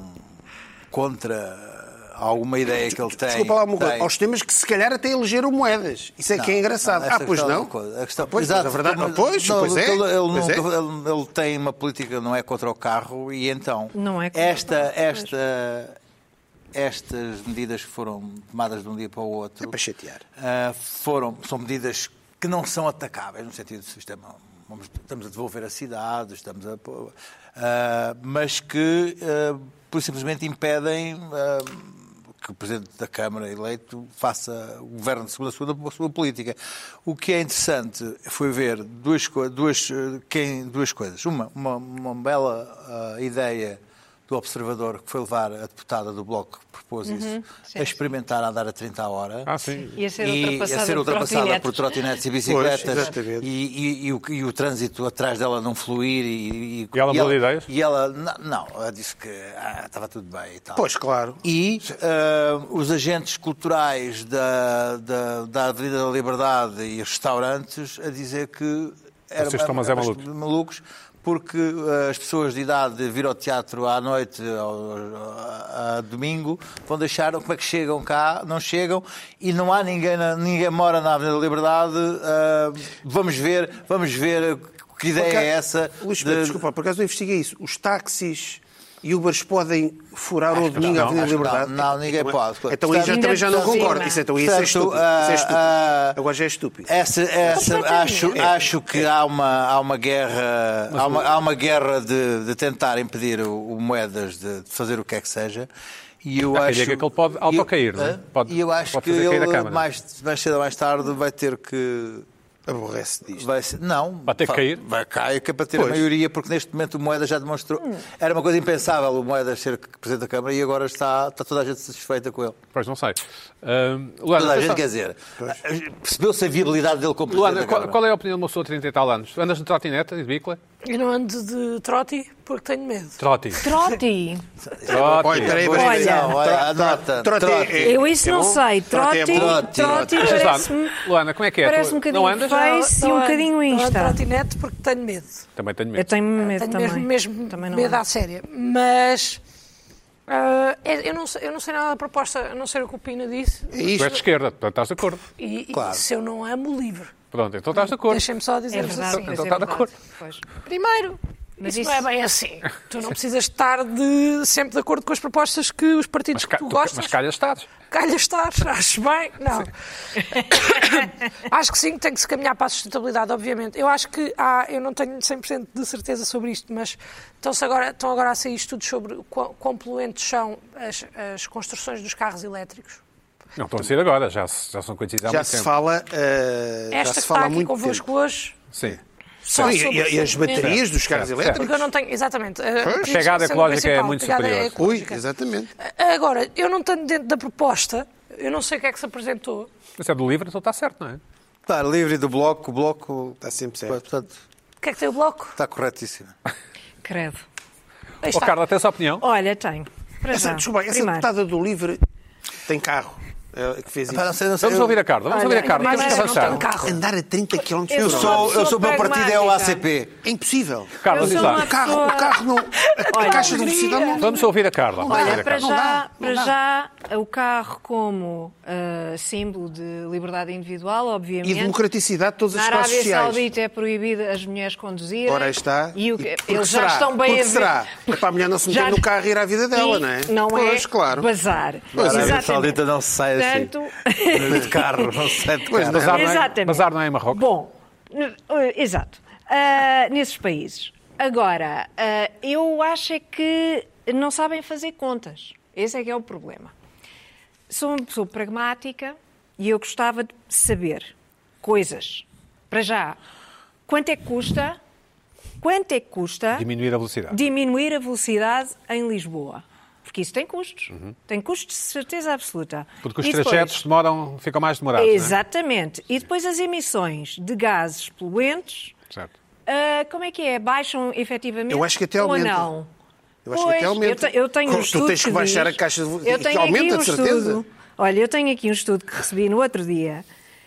S4: contra alguma ideia que ele tem.
S2: Desculpa lá uma coisa.
S4: tem.
S2: Aos temas que se calhar até elegeram moedas. Isso é que é engraçado.
S4: esta
S2: ah, pois
S4: questão é
S2: não?
S4: uma coisa. A questão,
S2: Pois,
S4: exato,
S2: a verdade,
S4: mas-
S2: pois,
S4: não,
S2: pois é.
S4: Ele, ele
S2: Pois
S4: nunca-
S2: é.
S4: ele- ele tem uma política, não é contra o carro, e então
S6: Não é contra
S4: esta,
S6: o carro,
S4: esta, estas medidas que foram tomadas de um dia para o outro
S2: É para chatear.
S4: ah, foram, são medidas que não são atacáveis, no sentido de sistema. Vamos, estamos a devolver a cidade, estamos a. pôr, ah, mas que ah, por simplesmente impedem ah, que o Presidente da Câmara eleito faça o governo segundo a sua, a sua política. O que é interessante foi ver duas, co- duas, eh, quem, duas coisas. Uma, uma, uma bela ah, ideia do Observador, que foi levar a deputada do Bloco que propôs isso,
S6: sim,
S4: a experimentar a andar a trinta a hora.
S1: Ah, sim.
S6: Ia ser
S4: E
S6: ultrapassada,
S4: a ser ultrapassada
S6: por
S4: por
S6: trotinetes.
S4: trotinetes e bicicletas
S2: Pois, exatamente.
S4: e, e- e o, e o trânsito atrás dela não fluir e,
S1: E ela mudou de ideias?
S4: e ela não, não, ela disse que ah, estava tudo bem e tal.
S2: Pois, claro.
S4: E ah, os agentes culturais da, da, da Avenida da Liberdade e os restaurantes a dizer que eram
S1: Vocês estão, mas é
S4: eram
S1: malucos.
S4: malucos porque ah, as pessoas de idade de vir ao teatro à noite, ao, a, a domingo, vão deixar, como é que chegam cá? Não chegam e não há ninguém, na- ninguém mora na Avenida da Liberdade. ah, vamos ver, vamos ver que ideia
S2: Porque-
S4: é essa.
S2: Luís
S4: de-
S2: Pedro, desculpa, por acaso eu investiguei isso. Os táxis Ubers podem furar ao domingo a Avenida Liberdade?
S4: Não, não, ninguém pode.
S2: Então aí já,
S6: Ainda
S2: também já não
S6: por cima.
S2: concordo. Isso, então, isso é
S4: Portanto,
S2: estúpido. Isso
S4: ah,
S2: é estúpido.
S4: ah,
S2: Agora já é estúpido.
S4: Essa, essa, acho,
S2: É.
S4: acho que há uma, há uma guerra, há uma, há uma guerra de, de tentar impedir o, o Moedas de, de fazer o que é que seja. E eu
S1: Há quem
S4: acho
S1: diga que ele pode autocair,
S4: e eu-
S1: não é?
S4: hã?
S1: Pode-
S4: E eu acho
S1: pode
S4: que
S1: fazer cair a
S4: ele,
S1: Câmara.
S4: mais, mais cedo ou mais tarde, vai ter que.
S2: Aborrece disto.
S4: Vai ser, não.
S1: Vai ter que
S4: fa-
S1: cair?
S4: Vai cair, que é para ter
S2: Pois.
S4: a maioria, porque neste momento o Moedas já demonstrou. Era uma coisa impensável o Moedas ser Presidente da Câmara e agora está, está toda a gente satisfeita com ele.
S1: Pois não sei. Ahm, Luana,
S4: Toda a gente
S1: atenção.
S4: quer dizer. Percebeu-se a viabilidade dele como Presidente
S1: Luana,
S4: da
S1: qual,
S4: Câmara.
S1: qual é a opinião de uma pessoa de trinta e tal anos? Andas de trotinete e de bicla?
S5: Eu não ando de trotti porque tenho medo.
S1: Troti.
S6: Trotti.
S1: Troti.
S2: Olha, peraí,
S4: Boa
S2: peraí,
S6: Olha.
S4: expressão, olha, anota.
S2: Trote é-
S4: trote.
S6: Eu isso
S2: é
S6: não
S2: bom?
S6: sei.
S2: Trote é
S6: Trotti,
S2: bom.
S4: Trotti.
S6: trotti
S1: Diz lá,
S6: parece-me
S1: Luana, como é que é?
S6: parece
S1: Tu
S6: um bocadinho
S1: não andas?
S6: face e um
S5: ando-
S6: bocadinho
S5: não ando de
S6: insta.
S5: trotinete porque tenho medo.
S1: Também tenho
S6: Eu
S1: medo.
S6: tenho medo
S5: tenho
S6: também.
S5: mesmo, mesmo
S6: Também não
S5: medo
S6: ando.
S5: à séria. Mas ah, é- eu, não sei, eu não sei nada da proposta, a não ser o que opina disso.
S2: É
S1: Tu és de
S2: isto.
S1: esquerda, portanto estás de acordo.
S5: E, e
S4: Claro.
S5: se eu não amo o livro,
S1: Pronto, então estás de acordo.
S5: deixem-me só
S6: É
S5: dizer-vos
S6: verdade,
S5: assim.
S1: Então
S6: mas é
S1: está de
S6: verdade.
S1: acordo.
S6: Pois.
S5: Primeiro,
S6: Mas
S5: isso,
S6: isso-
S5: não é bem assim. Tu não precisas estar de, sempre de acordo com as propostas que os partidos
S1: Mas, ca-
S5: que tu
S1: tu-
S5: gostas.
S1: mas calha estás.
S5: Calha estar, acho bem? Não. Acho que sim, tem que se caminhar para a sustentabilidade, obviamente. Eu acho que há, eu não tenho cem por cento de certeza sobre isto, mas estão-se agora, estão agora a sair estudos sobre o quão, quão poluentes são as, as construções dos carros elétricos.
S1: Não estão a ser agora, já, se- já são conhecidos há
S2: Já
S1: muito
S2: se
S1: tempo.
S2: fala, eh, já
S5: Esta
S2: se
S5: que
S2: fala
S5: está
S2: há
S5: aqui
S2: muito
S5: convosco
S2: tempo.
S5: hoje,
S1: Sim.
S5: só
S2: E,
S5: sobre
S2: e- e as baterias dos carros
S1: Certo,
S2: elétricos?
S5: Porque eu não tenho, exatamente. A
S1: pegada ecológica é muito superior.
S2: Ui, exatamente.
S5: Agora, eu não tenho dentro da proposta, eu não sei o que é que se apresentou.
S1: Mas é do livro, então está certo, não é?
S4: Está livre do bloco, o bloco
S2: Está sempre certo.
S4: portanto,
S5: O que é que tem o bloco?
S4: está corretíssimo.
S6: Credo.
S5: Aí
S1: Ó
S5: está.
S1: Carla, tens a opinião?
S6: Olha, tenho. Para
S2: Essa,
S6: já.
S2: desculpa, essa
S6: Primeiro.
S2: deputada do LIVRE tem carro eh, que fez isso.
S4: Pá, não sei, não sei,
S1: Vamos
S4: eu-
S1: ouvir a Carla, vamos
S6: Olha,
S1: ouvir a Carla,
S6: mas
S1: temos que
S6: eu não
S1: avançar.
S5: tenho carro.
S2: Andar a trinta quilómetros
S6: Eu
S2: por
S6: sou-
S2: hora.
S4: Sou, eu sou o meu partido é o A C P.
S2: É impossível.
S1: Carla,
S6: Eu
S1: diz
S6: sou
S1: lá.
S6: uma-
S2: O carro, o carro não. A
S6: Olha,
S2: caixa de velocidade não.
S1: Vamos ouvir a Carla. Vamos ouvir
S6: Olha,
S1: a
S6: para
S1: Carla.
S6: já, para já, o carro como ah, símbolo de liberdade individual, obviamente.
S2: E democraticidade de todas
S6: Na
S2: as classes
S6: Arábia
S2: sociais.
S6: Saudita é proibida as mulheres conduzirem.
S2: Ora aí está.
S6: E o que-
S2: E porque
S6: eles já
S2: será?
S6: estão bem
S2: Porque
S6: a ver.
S2: será? É para a mulher não se meter
S6: Já-
S2: no carro e ir à vida dela,
S6: E
S2: não é?
S6: Não
S2: Pois,
S6: é
S2: claro.
S6: bazar.
S4: A Arábia
S6: Exatamente.
S4: Saudita não se sai assim.
S6: Portanto,
S4: De carro, não se sai de
S2: Pois,
S4: carro.
S1: Bazar não é-
S6: Exatamente.
S1: Bazar não é em Marrocos?
S6: Bom, n- eh, exato. Ah, nesses países. Agora, ah, eu acho é que não sabem fazer contas. Esse é que é o problema. Sou uma pessoa pragmática e eu gostava de saber coisas. Para já, quanto é que custa? Quanto é que custa
S1: Diminuir a velocidade.
S6: diminuir a velocidade em Lisboa? Porque isso tem custos. Tem custos de certeza absoluta.
S1: Porque os
S6: E depois-
S1: trajetos demoram, ficam mais demorados, não é?
S6: Exatamente. E depois as emissões de gases poluentes,
S1: Certo.
S6: ah, como é que é? Baixam efetivamente
S2: Eu acho que até
S6: ou
S2: aumenta.
S6: não?
S2: Eu acho que
S6: Pois,
S2: até aumenta.
S6: Eu, te- eu tenho um
S2: Tu
S6: estudo
S2: tens que baixar
S6: diz-
S2: a caixa de vo-
S6: Eu tenho
S2: aumenta,
S6: aqui um
S2: de certeza.
S6: estudo. Olha, eu tenho aqui um estudo que recebi no outro dia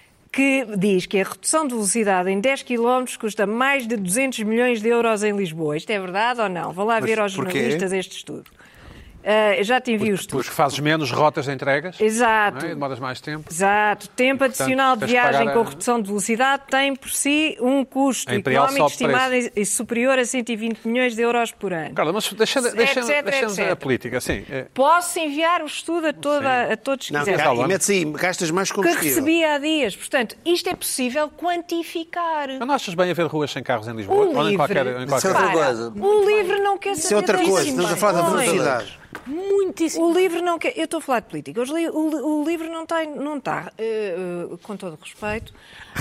S6: que diz que a redução de velocidade em dez quilómetros custa mais de duzentos milhões de euros em Lisboa. Isto é verdade ou não? Vão lá ver aos
S4: porquê?
S6: jornalistas este estudo. Ah, eu já te envio o estudo.
S1: Porque fazes menos rotas de entregas.
S6: Exato.
S1: Não é? E demoras mais tempo.
S6: Exato. Tempo adicional de
S1: tens de
S6: viagem
S1: pagar
S6: com
S1: a-
S6: redução de velocidade tem por si um custo
S1: A Imperial
S6: económico
S1: sobe
S6: estimado em- em superior a cento e vinte milhões de euros por ano.
S1: Carla, mas deixando,
S6: Etc,
S1: deixando, deixando
S6: etcétera.
S1: a política, sim. é-
S6: Posso enviar o estudo a, toda, a todos que
S2: Não,
S6: quiserem.
S2: cá,
S1: Luana.
S2: e metes aí, gastas mais
S6: Que
S2: combustível.
S6: recebi há dias. Portanto, isto é possível quantificar.
S1: Mas não achas bem haver ruas sem carros em Lisboa?
S6: O
S1: Ou em
S6: livre.
S1: qualquer, em
S4: Isso é
S1: qualquer...
S4: outra
S6: Para,
S4: coisa.
S6: o livre não quer saber
S2: Isso é outra
S6: das
S2: coisa. Estamos a falar da
S6: emissões.
S2: velocidade.
S5: Muitíssimo.
S6: O livro não quer. Eu estou a falar de política. Os li- O, o livro não está, não está eh, eh, com todo o respeito,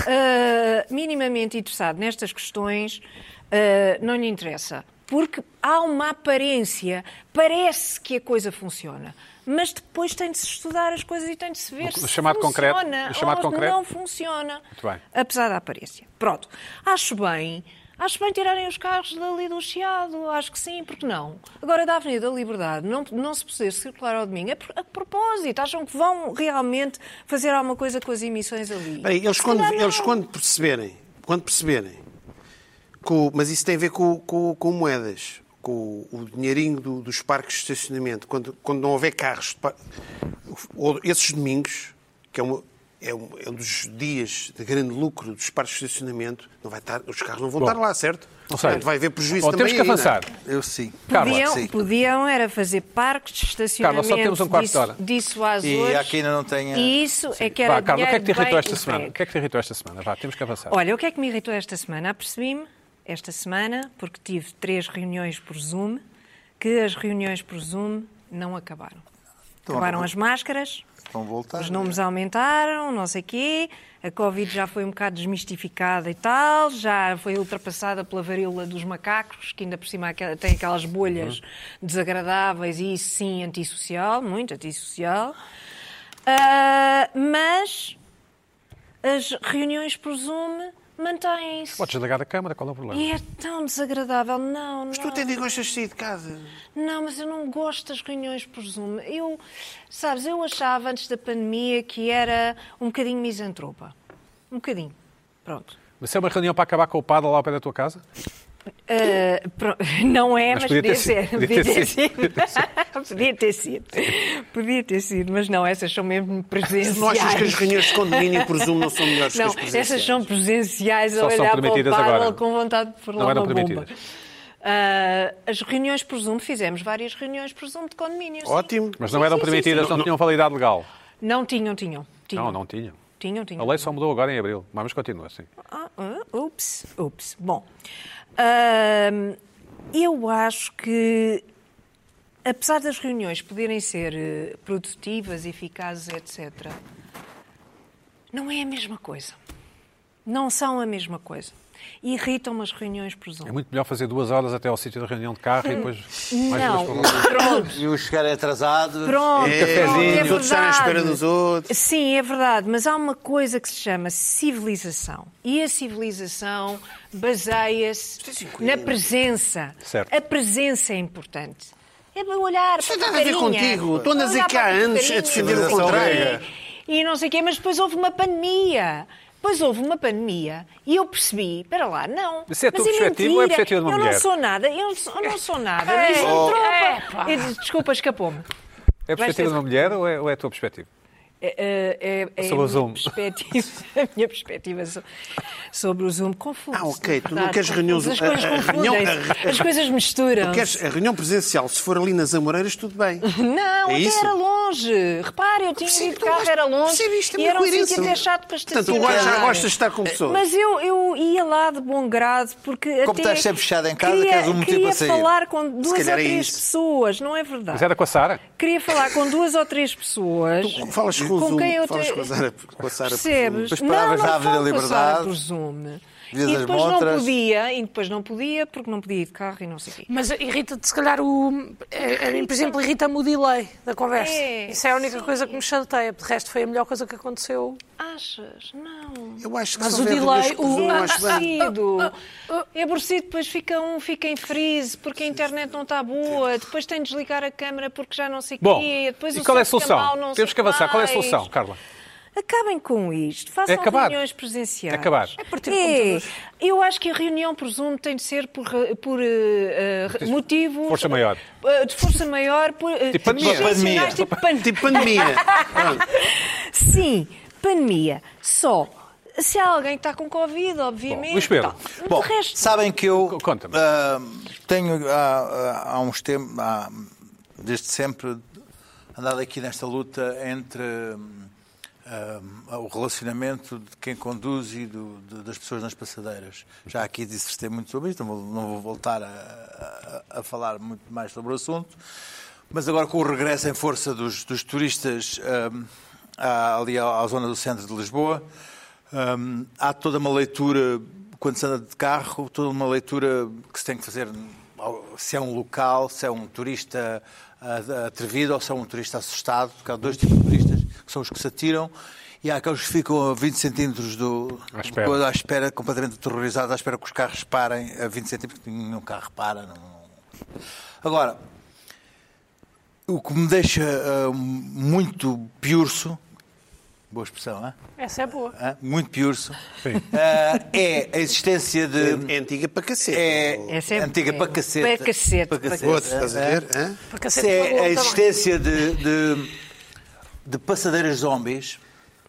S6: eh, minimamente interessado nestas questões. eh, não lhe interessa. Porque há uma aparência, parece que a coisa funciona. Mas depois tem de se estudar as coisas e tem de se ver
S1: O
S6: se
S1: chamado
S6: funciona
S1: concreto, o chamado
S6: ou
S1: concreto.
S6: não funciona.
S1: Muito bem.
S6: Apesar da aparência. Pronto. Acho bem. Acho bem tirarem os carros dali do Chiado. Acho que sim, porque não? Agora, da Avenida da Liberdade, não, não se poder circular ao domingo, é por- a propósito. Acham que vão realmente fazer alguma coisa com as emissões ali?
S2: Bem, eles,
S6: Se
S2: quando,
S6: calhar não.
S2: eles quando perceberem, quando perceberem, com- mas isso tem a ver com, com, com moedas, com o, o dinheirinho do- dos parques de estacionamento, quando, quando não houver carros, de par- ou esses domingos, que é uma, é um, é um dos dias de grande lucro dos parques de estacionamento. Não vai estar, os carros não vão
S1: Bom,
S2: estar lá, certo?
S1: não sei.
S2: Portanto, vai haver prejuízo
S1: Bom,
S2: também.
S1: temos que
S2: aí,
S1: avançar.
S2: não é?
S4: Eu sim.
S1: Carla,
S6: Podiam,
S4: sim.
S6: podiam era fazer parques de estacionamento
S1: Carla, só temos um quarto de
S6: disso-
S1: hora.
S6: dissuasores.
S4: E há quem ainda não tenha...
S6: E isso é que era
S1: Vá, Carla, o que é que te
S6: dinheiro
S1: irritou
S6: bem
S1: esta semana?
S6: emprego.
S1: O que é que te irritou esta semana? Vá, temos que avançar.
S6: Olha, o que é que me irritou esta semana? Apercebi-me, esta semana, porque tive três reuniões por Zoom, que as reuniões por Zoom não acabaram.
S4: Então,
S6: Acabaram
S4: agora-
S6: as máscaras,
S4: Vão voltar.
S6: os números aumentaram, não sei o quê, a Covid já foi um bocado desmistificada e tal, já foi ultrapassada pela varíola dos macacos, que ainda por cima tem aquelas bolhas desagradáveis e isso sim antissocial, muito antissocial. Ah, mas as reuniões por Zoom mantêm-se.
S1: Podes desligar a câmara, qual é o problema?
S6: E é tão desagradável. Não,
S2: Mas tu
S6: não.
S2: até nem gostas de sair de casa.
S6: Não, mas eu não gosto das reuniões por Zoom. Eu, sabes, eu achava antes da pandemia que era um bocadinho misantropa. Um bocadinho. Pronto.
S1: Mas se é uma reunião para acabar com o padre lá ao pé da tua casa?
S6: Uh, pro- não é,
S1: Mas
S6: mas,
S1: podia
S6: podia,
S1: ter
S6: ser.
S1: sido.
S6: Podia ter sido. Podia ter sido. Podia ter sido, mas não, essas são mesmo presenciais.
S2: Não achas que as reuniões de condomínio por Zoom não são melhores
S6: Não,
S2: que as presenciais?
S6: essas são presenciais
S1: Só
S6: a
S1: são
S6: olhar para o
S1: permitidas
S6: Pablo
S1: agora.
S6: com vontade de pôr
S1: Não
S6: lá
S1: eram
S6: uma bomba.
S1: permitidas.
S6: Ah, as reuniões por Zoom, fizemos várias reuniões por Zoom de condomínios. sim.
S2: Ótimo.
S1: Mas não
S6: Sim,
S1: eram
S6: sim, sim,
S1: permitidas,
S6: sim.
S1: não tinham validade legal.
S6: Não tinham, tinham. tinham.
S1: Não, não tinham.
S6: Tinham, tinham.
S1: A lei só mudou agora em abril. Mas continua assim.
S6: Ah, ah, ups, ups. Bom, ahm, eu acho que, apesar das reuniões poderem ser eh, produtivas, eficazes, etcétera, não é a mesma coisa. Não são a mesma coisa. Irritam-me as reuniões por Zoom.
S1: É muito melhor fazer duas horas até ao sítio da reunião de carro e depois mais
S6: Não,
S1: duas para lá.
S6: pronto,
S4: E o chegar é atrasado.
S6: pronto,
S2: É,
S6: pronto, é
S2: os outros estarem à espera
S6: verdade.
S2: dos outros.
S6: Sim, é verdade, mas há uma coisa que se chama civilização. E a civilização baseia-se na presença.
S1: Certo.
S6: A presença é importante. É para olhar
S2: Isso
S6: para
S2: tem
S6: a
S2: nada a ver
S6: carinha.
S2: contigo. Estou a dizer
S6: Olhar
S2: que há
S6: para a
S2: anos
S6: carinha.
S2: a defender o
S4: Civilização
S2: contrário.
S4: grega.
S6: E não sei o quê, mas depois houve uma pandemia. Depois houve uma pandemia e eu percebi, espera lá, não.
S1: Isso é a tua
S6: mas
S1: perspectiva
S6: mentira.
S1: ou é a perspectiva de uma
S6: eu
S1: mulher?
S6: não sou nada, eu não sou, eu não sou nada.
S5: Ei,
S6: Misantropa.
S5: epá.
S6: Eu disse, desculpa, escapou-me.
S1: É a
S6: Vais
S1: perspectiva
S6: ter-
S1: de uma mulher ou é, ou é a tua perspectiva?
S6: É, é, é
S1: Sobre o
S6: a,
S1: Zoom.
S6: minha perspectiva, a minha perspectiva so- sobre o Zoom confunde.
S2: Ah, ok. Tu não queres reuniões-
S6: As coisas
S2: a- a
S6: confundem
S2: reunião- a-
S6: as coisas misturam.
S2: Queres a reunião presencial, se for ali nas Amoreiras, tudo bem.
S6: Não,
S2: É
S6: até
S2: isso?
S6: era longe. Repare, eu tinha
S2: Percebo,
S6: ido de
S2: tu
S6: carro,
S2: gosto-
S6: era longe.
S2: percebo isto, é
S6: E
S2: uma
S6: era um
S2: coerência.
S6: sítio até chato para
S2: Portanto, tu
S6: estacionar.
S2: agora já gostas de estar com pessoas.
S6: Mas eu, eu ia lá de bom grado porque
S4: Como
S6: até
S4: estás sempre fechado em casa,
S6: queria,
S4: queres um motivo
S6: queria
S4: para sair.
S6: falar com duas ou
S2: calhar é
S6: três
S2: isso.
S6: pessoas, não é verdade?
S1: Mas era com a Sara?
S6: Queria falar com duas ou três pessoas
S2: Tu falas com o
S6: com
S2: Zoom,
S6: quem eu
S2: falas
S6: te-
S2: com a Sara, com a Sara por Zoom.
S6: Percebes?
S4: Depois
S6: Não,
S4: paravas
S6: não
S4: na Avenida
S6: falo com a Sara
S4: Liberdade,
S6: por Zoom.
S4: vias
S6: E
S4: as
S6: depois não
S4: montras.
S6: podia, e depois não podia porque não podia ir de carro e não sei o quê.
S5: Mas irrita-te, se calhar, o. A mim, por exemplo, irrita-me o delay da conversa.
S6: É,
S5: Isso é a única
S6: sim.
S5: coisa que me chateia. De resto, foi a melhor coisa que aconteceu.
S6: Achas? Não.
S2: Eu acho que
S5: Mas
S2: se
S5: o
S2: houver
S5: delay,
S2: reuniões por
S5: o-
S2: Zoom, eu
S5: ah,
S2: acho bem.
S6: Aborrecido. É aborrecido, depois fica um fica em freeze porque a internet não está boa, depois tem de desligar a câmara porque já não sei o
S1: Bom,
S6: quê, depois
S1: e
S6: o
S1: qual é a
S6: som fica
S1: solução?
S6: mal, não
S1: Temos
S6: sei
S1: que avançar. Qual é a
S6: mais.
S1: solução, Carla?
S6: Acabem com isto, façam
S1: É acabar.
S6: reuniões presenciais.
S1: É acabar.
S5: É partir de
S6: É,
S5: computadores.
S6: eu acho que a reunião por Zoom tem de ser por, ra- por eh, eh, motivos...
S1: Força maior.
S6: eh, de força maior, por, eh,
S1: Tipo pandemia.
S6: excepcionais, tipo pandemia.
S2: Tipo pandemia. Pronto.
S6: Sim, pandemia. Só se há alguém que está com Covid, obviamente.
S1: Bom, Luís Pedro.
S6: Tal.
S4: Bom,
S6: De resto,
S4: sabem que eu
S1: Conta-me.
S4: ah, tenho há, há uns tempos, há, desde sempre, andado aqui nesta luta entre ah, o relacionamento de quem conduz e do- de- das pessoas nas passadeiras. Já aqui dissertei muito sobre isto, não vou, não vou voltar a, a- a falar muito mais sobre o assunto, mas agora com o regresso em força dos, dos turistas ah, ali à, à zona do centro de Lisboa, Hum, há toda uma leitura, quando se anda de carro, toda uma leitura que se tem que fazer se é um local, se é um turista ah, atrevido ou se é um turista assustado, porque há dois tipos de turistas, que são os que se atiram, e há aqueles que ficam a vinte centímetros do,
S1: À espera.
S4: do- à espera, completamente aterrorizados, à espera que os carros parem a vinte centímetros, porque nenhum carro para. Não, não. Agora, o que me deixa ah, muito piurso, boa expressão, hein?
S5: Essa é boa.
S4: Hã? Muito piurso,
S1: Sim.
S4: ah, é a existência de...
S2: É antiga para cacete.
S4: É,
S6: Essa é-
S4: antiga
S6: é-
S4: para cacete.
S6: para cacete,
S4: Para
S6: para
S4: cacete,
S2: Outro, estás a
S4: hã?
S2: ver? Hã?
S5: Porque
S4: Se é a existência de, de, de passadeiras zombies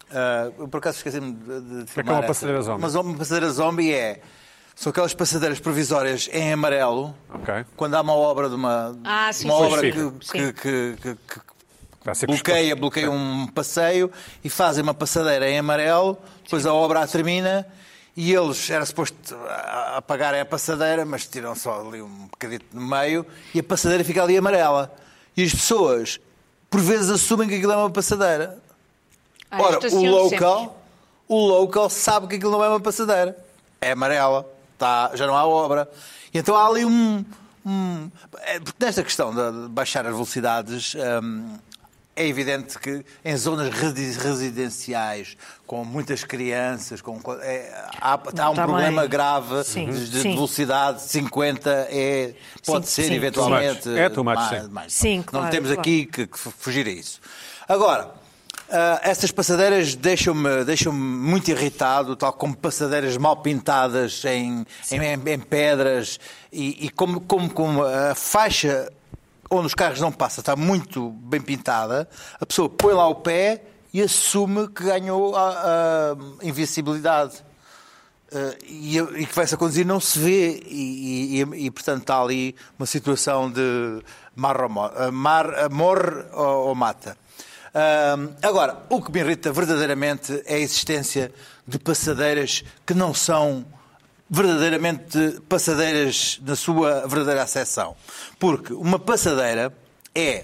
S4: Uh, por acaso esqueci-me de, de
S1: O que é
S4: filmar
S1: que é uma
S4: essa.
S1: passadeira zombie?
S4: Mas uma passadeira zombie é... São aquelas passadeiras provisórias em amarelo,
S1: Ok.
S4: quando há uma obra de uma,
S6: Ah, sim,
S4: uma
S6: sim,
S4: obra
S1: sim.
S4: que,
S6: Sim.
S4: que, que, que, que
S1: Vai ser
S4: bloqueia, bloqueia um passeio e fazem uma passadeira em amarelo, depois a obra a termina e eles, era suposto a- apagarem a passadeira, mas tiram só ali um bocadito no meio e a passadeira fica ali amarela. E as pessoas, por vezes, assumem que aquilo é uma passadeira.
S6: Ah,
S4: Ora, o
S6: estaciono
S4: local,
S6: sempre.
S4: o local sabe que aquilo não é uma passadeira. É amarela, tá, já não há obra. E então há ali um... um é, porque nesta questão de, de baixar as velocidades... hum, é evidente que em zonas resi- residenciais, com muitas crianças, com, é, há, há um
S6: Tá
S4: problema
S6: bem.
S4: grave
S6: Sim,
S4: de, de
S6: sim.
S4: velocidade. cinquenta é, pode
S6: Sim,
S4: ser,
S6: sim.
S4: eventualmente,
S1: Too much. É too much,
S4: mais,
S1: sim.
S4: mais.
S6: Sim,
S4: Não
S6: claro,
S4: temos
S6: claro.
S4: aqui que, que fugir a isso. Agora, ah, estas passadeiras deixam-me deixam muito irritado, tal como passadeiras mal pintadas em, em, em pedras e, e como, como, como a faixa onde os carros não passam está muito bem pintada, a pessoa põe lá o pé e assume que ganhou a, a invencibilidade. Uh, e, e que vai-se a conduzir não se vê e, e- e, portanto está ali uma situação de mar, ou mo- uh, mar, uh, morre ou, ou mata. Uh, agora, o que me irrita verdadeiramente é a existência de passadeiras que não são verdadeiramente passadeiras na sua verdadeira acessão. Porque uma passadeira é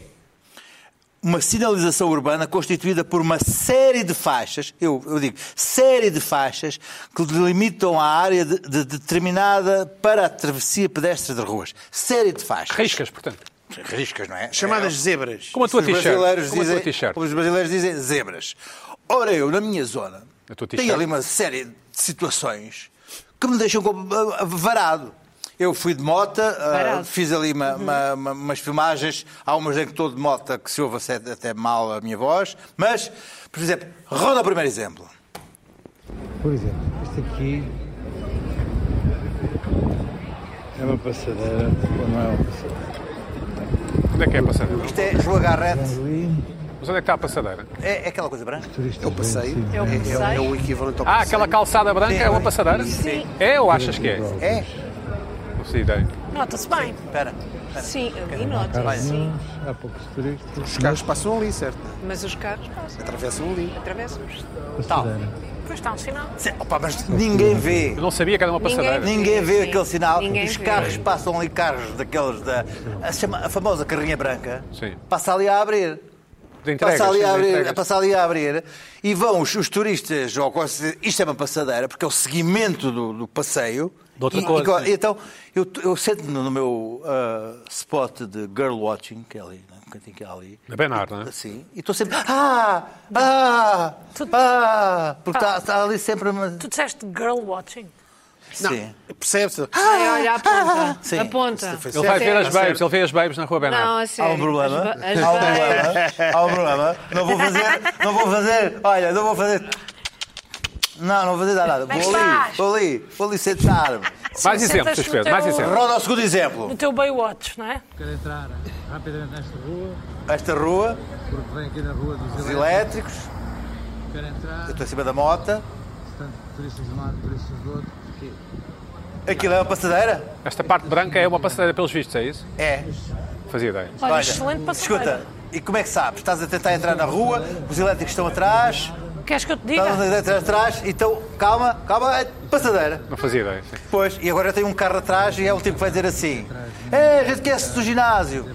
S4: uma sinalização urbana constituída por uma série de faixas, eu, eu digo, série de faixas que delimitam a área de, de- determinada para a travessia pedestre de ruas. Série de faixas.
S1: Riscas, portanto.
S4: Riscas, não é?
S2: Chamadas zebras.
S1: Como a tua
S4: Os
S1: t-shirt.
S4: brasileiros
S1: Como a tua
S4: dizem-
S1: t-shirt.
S4: Os brasileiros dizem zebras. Ora, eu, na minha zona,
S1: A tua t-shirt.
S4: tenho ali uma série de situações que me deixam como, ah, varado. Eu fui de moto, ah,
S6: Varado.
S4: fiz ali uma- uma- uma- umas filmagens. Há umas em que estou de moto que se ouve até até mal a minha voz. Mas, por exemplo, roda o primeiro exemplo.
S7: Por exemplo, este aqui é uma passadeira ou não é uma passadeira?
S1: Onde é que é a passadeira?
S4: Isto é João Garrete.
S1: Mas
S7: Ali,
S1: onde é que está a passadeira?
S4: É, é aquela coisa branca?
S7: turistas
S2: É o passeio.
S7: vêm de
S6: É o
S7: cima.
S6: passeio.
S2: É, é o equivalente ao
S1: Ah,
S2: passeio.
S1: aquela calçada branca é uma passadeira?
S4: Sim.
S1: É ou achas que é?
S4: É?
S1: Não sei ideia.
S5: Nota-se bem.
S4: Espera.
S6: Sim, e nota,
S7: Carros
S6: sim.
S7: nenhuns, há poucos turistas.
S2: Os carros passam ali, certo?
S6: Mas os carros passam.
S2: Atravessam ali.
S6: Atravessam-nos.
S7: Passadeira.
S5: Depois está um sinal.
S4: Sim, opa, mas ninguém vê.
S1: Eu não sabia que era uma
S6: Ninguém
S1: passadeira.
S6: vê.
S4: Ninguém vê
S6: Sim.
S4: aquele sinal.
S6: Ninguém
S4: Os
S6: vê.
S4: carros passam ali, carros daqueles da. A, chama- a famosa carrinha branca.
S1: Sim.
S4: Passa ali a abrir.
S1: De entregas,
S4: Passa ali a
S1: de
S4: abrir,
S1: entregas.
S4: passa ali a abrir. E vão os, os turistas, ou quase- isto é uma passadeira, porque é o seguimento do, do passeio.
S1: De outra
S4: E-
S1: coisa,
S4: e-
S1: sim.
S4: então, eu, eu sento-me no meu ah, spot de girl watching, que é ali, né? Um cantinho que é ali.
S1: Na Benar, não é?
S4: Assim. E estou sempre. Ah! Ah! Ah! Porque está está ali sempre. Uma...
S5: Tu disseste girl watching.
S2: Não,
S4: Sim.
S2: percebe-se?
S6: Ai, olha, aponta.
S4: Sim.
S6: Aponta.
S1: Ele vai ver as
S2: Está
S1: babes,
S2: certo.
S1: ele vê as babes na Rua Benar.
S6: Não, a
S4: Há
S6: sério.
S4: um problema.
S6: As ba- as
S4: Há um
S6: babes.
S4: problema. Há um problema. Não vou fazer. Não vou fazer. Olha, não vou fazer. Não, não vou fazer nada.
S5: Mas
S4: Vou ali.
S5: faz.
S4: Vou ali. Vou ali sentar-me.
S1: Mais exemplos,
S5: sentas
S1: Sr.
S5: no
S1: Pedro, mais
S5: teu-
S1: exemplos.
S4: Roda o segundo exemplo.
S5: No teu Baywatch, não é?
S7: Quero entrar rapidamente nesta rua,
S4: Esta rua,
S7: porque vem aqui na rua dos
S4: os
S7: elétricos.
S4: elétricos.
S7: Quero entrar,
S4: Eu estou em cima da moto.
S7: portanto, turistas de um lado, turistas do outro. Aqui.
S4: Aquilo é uma passadeira?
S1: Esta parte branca é uma passadeira pelos vistos, é isso?
S4: É.
S1: Fazia ideia.
S5: Olha, excelente passadeira.
S4: Escuta, e como é que sabes? Estás a tentar entrar na rua, os elétricos estão atrás,
S5: Queres que eu te
S4: estás a
S5: diga?
S4: tentar atrás, então, calma, calma, é passadeira.
S1: Não fazia ideia. Sim.
S4: Pois, e agora tem um carro atrás e é o tipo que vai dizer assim: é, a gente quer-se do ginásio.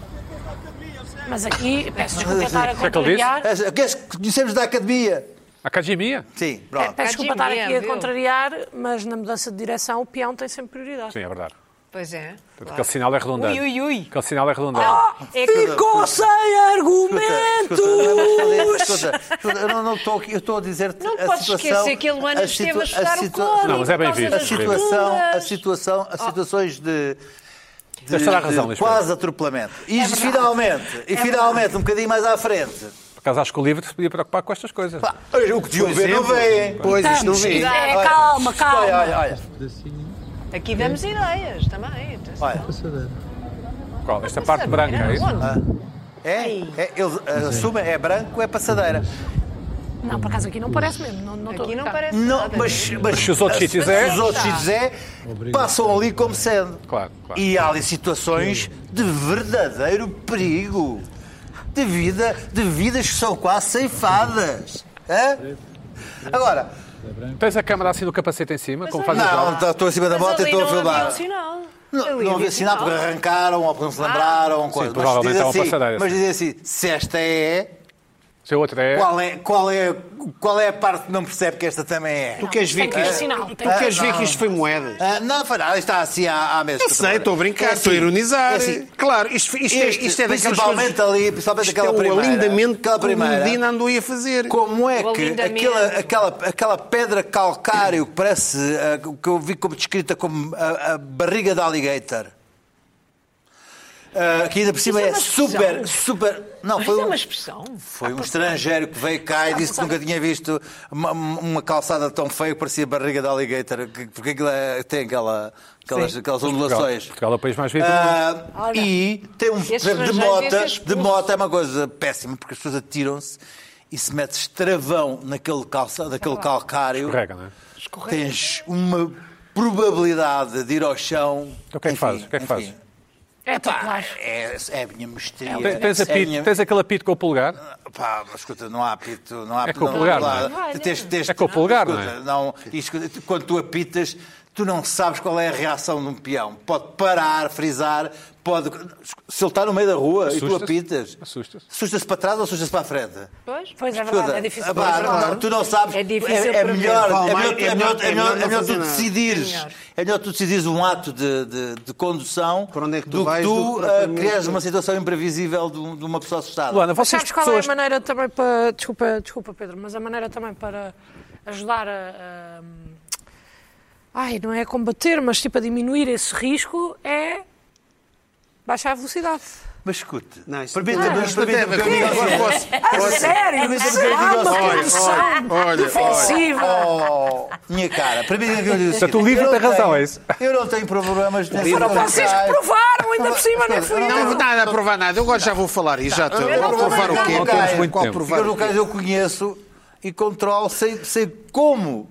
S5: Mas aqui, peço desculpa estar a
S1: que é que ele disse?
S5: contrariar.
S4: Queres que conhecemos da academia?
S1: Academia?
S4: Sim, pronto.
S5: Peço desculpa estar aqui a
S6: Academia, viu?
S5: contrariar, mas na mudança de direção o peão tem sempre prioridade.
S1: Sim, é verdade.
S6: Pois é.
S1: Portanto,
S6: claro.
S1: aquele sinal é redundante.
S6: Ui, ui, ui.
S1: Aquele sinal é redundante.
S6: É que
S5: Ficou sem argumentos!
S4: Escuta, escuta, eu não, não estou aqui, eu estou a dizer-te
S6: Não
S4: a
S6: podes
S4: situação.
S6: esquecer que ele ano
S4: a
S6: esteve
S4: situa-
S6: a estudar o
S4: situa-
S6: código
S1: Não, mas é bem
S6: por causa
S1: visto.
S4: A
S6: das
S4: situação, a
S6: rotundas.
S4: situação, as situações de, de,
S1: Tens toda a razão,
S4: de
S1: Luís
S4: quase atropelamento. E finalmente, e finalmente, um bocadinho mais à frente,
S1: Por acaso acho que o livro se podia preocupar com estas coisas.
S4: pá, o que deviam ver não vêem.
S2: Pois, isto não vê.
S5: É,
S4: Olha,
S5: calma, calma.
S4: Olha, olha, olha.
S7: Pedacinho,
S6: Aqui damos ideias também.
S4: olha.
S7: passadeira.
S1: Qual? Esta parte branca, é isso?
S6: Onde?
S4: É, é, eles assumem, é branco, é passadeira.
S5: Não, por acaso aqui não parece mesmo. Não, não estou
S3: Aqui
S5: a
S3: não
S5: brincar.
S3: parece
S4: Não,
S3: nada.
S4: mas, mas
S1: Se os outros sítios é.
S4: Os outros sítios é, passam ali como sendo.
S1: Claro, claro.
S4: E há ali situações de verdadeiro perigo. De, vida, de vidas que são quase ceifadas. Hã? Agora,
S1: Tens a câmara assim do capacete em cima, como fazes
S4: não,
S1: já?
S4: estou acima da
S3: Mas
S4: moto e
S3: ali
S4: estou a
S3: não havia
S4: filmar.
S3: um sinal.
S4: Não,
S3: Ali
S4: não havia sinal porque arrancaram ou porque não se lembraram. coisa. Mas
S1: provavelmente
S4: diz
S1: é uma
S4: assim,
S1: passadeira,
S4: Mas
S1: sim.
S4: dizem assim, se esta é,
S1: Se a outra é.
S4: qual é, qual é, qual é a parte que não percebe que esta também é?
S2: Tu queres ver
S5: Tem
S2: que
S5: que ter
S2: isto,
S5: sinal.
S2: tu
S5: Tem que ter
S2: queres ver
S5: sinal.
S2: que isto foi moedas?
S4: Ah, não, foi nada, está assim há, há meses.
S2: Eu sei, estou a brincar,
S4: É
S2: estou a
S4: assim,
S2: ironizar.
S4: é assim,
S2: Claro, isto, isto, é,
S4: este,
S2: isto é daquelas
S4: principalmente
S2: coisas...
S4: ali, principalmente
S2: Isto é
S4: aquela
S2: o
S4: primeira.
S2: alindamento
S4: aquela
S2: que o
S4: primeira.
S2: Medina andou aí a fazer.
S4: Como é
S3: O
S4: que
S3: alindamento.
S4: aquela, aquela, aquela pedra calcário que parece, ah, que eu vi como descrita como a, a barriga de alligator, ah, que ainda por cima
S3: Isso é
S4: é
S3: uma
S4: super,
S3: expressão.
S4: super... Não,
S3: Mas
S4: foi
S3: isso é
S4: um,
S3: uma expressão.
S4: foi um estrangeiro que veio cá e disse que nunca tinha visto uma, uma calçada tão feia que parecia barriga de alligator, que- porque aquilo é- tem aquela, aquelas, aquelas ondulações.
S1: Portugal é o país mais vivo do mundo.
S4: Ah, e tem um
S3: Esse
S4: por exemplo, de
S3: estrangeiro
S4: moto,
S3: devia ser
S4: de
S3: expulso.
S4: moto é uma coisa péssima, porque as pessoas atiram-se e se metes travão naquele calça, daquele calcário,
S1: Escorrega, não é?
S4: tens uma probabilidade de ir ao chão.
S1: Então o que é que
S4: Enfim,
S1: fazes? O que é que
S4: enfim.
S1: fazes?
S5: É
S4: Pá,
S5: popular.
S4: é, é a minha mestria.
S1: Tens, tens,
S4: é a
S1: apito,
S4: minha-
S1: tens aquele apito com o polegar?
S4: Pá, mas escuta, não há apito, não há
S1: É com o polegar, não é?
S4: Tens- tens-
S1: É com o polegar,
S4: escuta,
S1: não é?
S4: não, isto, quando tu apitas, tu não sabes qual é a reação de um peão. Pode parar, frisar, pode. Se ele está no meio da rua e tu
S1: Assusta-se?
S4: apitas,
S1: Assusta-se.
S4: assusta-se para trás ou assusta-se para a frente?
S3: Pois?
S5: Pois é verdade,
S4: Escuta,
S5: é difícil.
S4: pá,
S5: de
S4: não,
S5: ver.
S4: não, tu não sabes.
S3: É difícil
S4: é, é
S3: prever.
S4: melhor, é
S2: Vale
S4: melhor,
S2: mais-
S4: é
S2: é
S4: melhor,
S2: melhor-
S4: é
S2: é
S4: melhor,
S2: melhor
S4: é melhor
S2: não
S4: tu
S2: fazer nada.
S4: decidires.
S3: Melhor.
S4: É melhor tu decidires um ato de, de, de condução
S2: Por onde é que tu
S4: do
S2: vais,
S4: que tu
S2: do que
S4: ah,
S2: propriamente-
S4: criares uma situação imprevisível de, de uma pessoa assustada.
S1: Luana,
S5: Mas
S1: vocês
S5: sabes qual
S1: pessoas...
S5: é a maneira também para. Desculpa, desculpa, Pedro, mas a maneira também para ajudar a. a- Ai, não é a combater, mas tipo a diminuir esse risco é baixar a velocidade.
S4: Mas escute,
S2: Não, isto
S4: permita-me
S2: não tem-
S4: isto permita-me que eu diga
S2: Agora
S4: assim.
S2: posso-
S5: A sério?
S4: Permita-me que eu diga
S5: Há uma
S4: assim.
S5: condição
S2: olha,
S5: defensiva.
S4: Oh, minha cara, permita-me que eu diga assim.
S1: Portanto, o livro
S4: Eu
S1: tem
S4: não
S1: razão,
S4: tenho-
S1: é isso?
S4: Eu não tenho problemas nessa
S5: Foram vocês que provaram, ainda por cima, não fui
S2: Não
S5: eu.
S2: vou nada a provar nada. Eu agora já vou falar e já estou.
S4: Eu
S2: Vou
S4: não
S2: provar o
S4: vou
S2: quê?
S4: não
S1: temos
S2: Qual-
S1: muito
S2: Qual
S1: tempo.
S2: provar
S4: Porque no
S2: o quê?
S4: caso eu conheço e controlo, sei, sei como,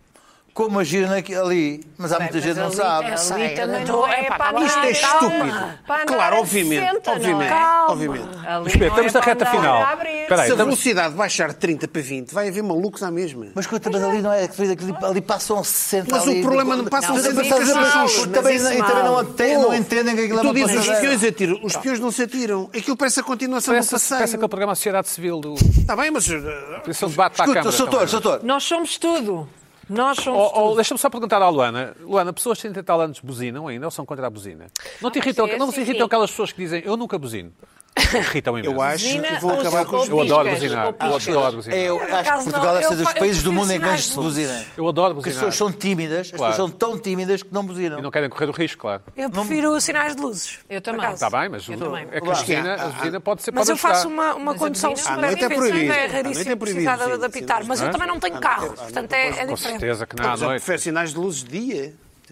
S4: como agir naqui- ali. Mas há muita gente que não
S3: ali-
S4: sabe.
S3: ali
S5: sei,
S3: também
S5: eu
S3: não
S5: tô-
S3: é
S5: epá,
S3: para
S2: Isto é
S3: andar-
S2: estúpido.
S3: para andar
S2: Claro,
S3: a
S2: obviamente.
S3: sessenta, não é?
S2: Obviamente.
S5: Calma.
S2: Obviamente.
S3: Ali
S1: Espera,
S3: não
S1: estamos
S3: é
S1: na
S3: para
S1: reta
S3: andar
S1: final.
S3: a abrir.
S1: Espera aí,
S2: Se a
S1: estamos-
S2: velocidade baixar de trinta para vinte, vai haver malucos à mesma.
S4: Mas escuta, mas ali não é. Ali, ali passam sessenta.
S2: Mas
S4: ali,
S2: o problema não passa
S4: Não,
S2: a ser
S4: mas
S2: que as pessoas são
S4: porque também,
S2: mas
S4: e
S2: isso
S4: também não,
S2: mal.
S4: até- não entendem que aquilo é
S2: Tu
S4: uma
S2: dizes os
S4: passadeira.
S2: peões atiram, os peões não se atiram. Aquilo parece a continuação do
S1: Parece,
S2: passeio.
S1: parece aquele programa Sociedade Civil do...
S2: Está bem, mas... uh,
S1: Esse é um debate para a
S4: Escuta,
S1: Câmara.
S4: doutor,
S1: também.
S4: doutor.
S6: Nós somos tudo. Nós somos
S1: Ou, ou
S6: tudo.
S1: deixa-me só perguntar à Luana. Luana, pessoas de setenta e tal anos buzinam ainda ou são contra a buzina? Não te irritam,
S3: sim,
S1: não se
S3: sim,
S1: irritam
S3: sim.
S1: aquelas pessoas que dizem eu nunca buzino? Irritam imenso.
S2: Eu acho
S3: Buzina
S2: que vou
S3: ou
S2: acabar com os...
S1: Eu adoro
S3: piscas,
S1: buzinar.
S3: ou
S1: Eu
S3: piscas.
S1: adoro buzinar.
S4: Eu acho que
S5: acaso
S4: Portugal
S5: não,
S4: deve ser
S5: eu
S4: dos
S5: fa- eu
S4: países do
S5: prefiro
S4: mundo em que mais
S5: sinais
S4: se
S5: de luz.
S4: buzina.
S1: Eu adoro
S4: Porque as
S1: buzinar.
S4: pessoas são tímidas, as
S1: Claro.
S4: pessoas são tão tímidas que não buzinam.
S1: E não querem correr o risco, claro.
S5: Eu prefiro sinais de luzes.
S6: Eu
S5: por
S6: também.
S5: acaso.
S1: Está bem, mas
S6: Eu também.
S1: é que a buzina, a buzina pode ser
S5: Mas
S1: pode
S5: eu faço
S1: ajudar.
S5: uma, uma
S6: Mas a
S5: condição
S6: buzina-
S5: super
S2: À noite é
S5: defensiva,
S2: proibido.
S5: é
S2: À noite é
S5: raríssimo
S2: proibido,
S5: precisar
S2: sim,
S5: de apitar.
S2: sim,
S5: Mas eu
S1: sim.
S5: também não tenho carro, portanto é, é
S1: Com
S5: diferente.
S1: certeza que não à
S2: Já
S1: noite.
S2: prefere sinais de luzes de dia.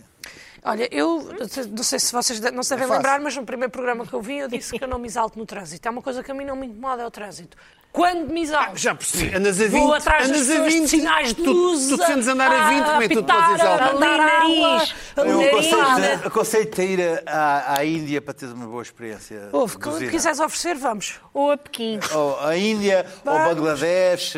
S5: Olha, eu não sei se vocês não se devem
S2: É fácil.
S5: lembrar, mas no primeiro programa que eu vi eu disse que eu não me exalto no trânsito. É uma coisa que a mim não me incomoda, é o trânsito. Quando me exalto,
S2: Já percebi. Andas a vinte.
S5: vou atrás das
S2: andas a
S5: pessoas de
S2: vinte.
S5: sinais de
S2: Tu-
S5: luz,
S2: Tu defendes andar a vinte, como é que tu te podes
S5: apitar,
S2: exaltar?
S5: a mandar
S6: Ali,
S5: água,
S6: nariz,
S5: a
S4: Eu
S5: ler
S4: aconselho-te
S5: nada.
S4: aconselho-te a ir à, à Índia para teres uma boa experiência.
S5: Ouve,
S4: de
S5: que
S4: buzina.
S5: quiseres oferecer, vamos.
S6: Ou a Pequim.
S4: Ou a Índia, ou
S5: Vamos.
S4: Bangladesh,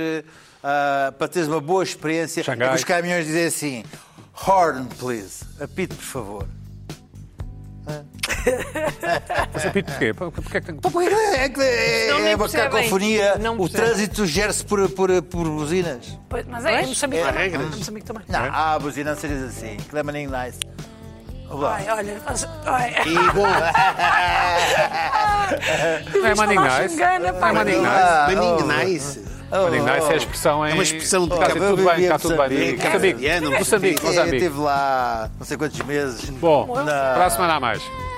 S4: ah, para teres uma boa experiência.
S1: Xangai.
S4: E que os caminhões dizem assim: horn, please. Apite, por favor.
S1: Mas apito porquê? Porquê é que tem...
S4: Pá, porque É, que é,
S6: Não, nem
S4: é uma
S6: percebem.
S4: cacofonia.
S6: Não
S4: O
S6: percebem.
S4: trânsito gera-se por, por, por buzinas.
S5: Pois, Mas é, em Moçambique
S2: É
S5: também.
S2: regras.
S5: Em Moçambique também.
S4: Não, há buzinanças assim. Que é maninho nice. Olá.
S5: Ai, olha, mas- ai,
S2: E bom,
S1: Não é Manning
S5: falar
S1: Nice?
S5: xingana, pá.
S1: Não é Manning Nice?
S4: Ah,
S2: maninho
S4: oh,
S2: nice.
S1: Manning Nice é a expressão em...
S2: É uma expressão de
S1: Está
S2: Cabo
S1: tudo bem,
S4: Verde,
S1: está tudo bem.
S4: Moçambique.
S1: Moçambique,
S2: Cabo-Verdiano,
S1: Moçambique,
S4: Eu
S1: Moçambique.
S4: estive lá não sei quantos meses.
S1: Bom,
S4: Na-
S1: para a semana a mais.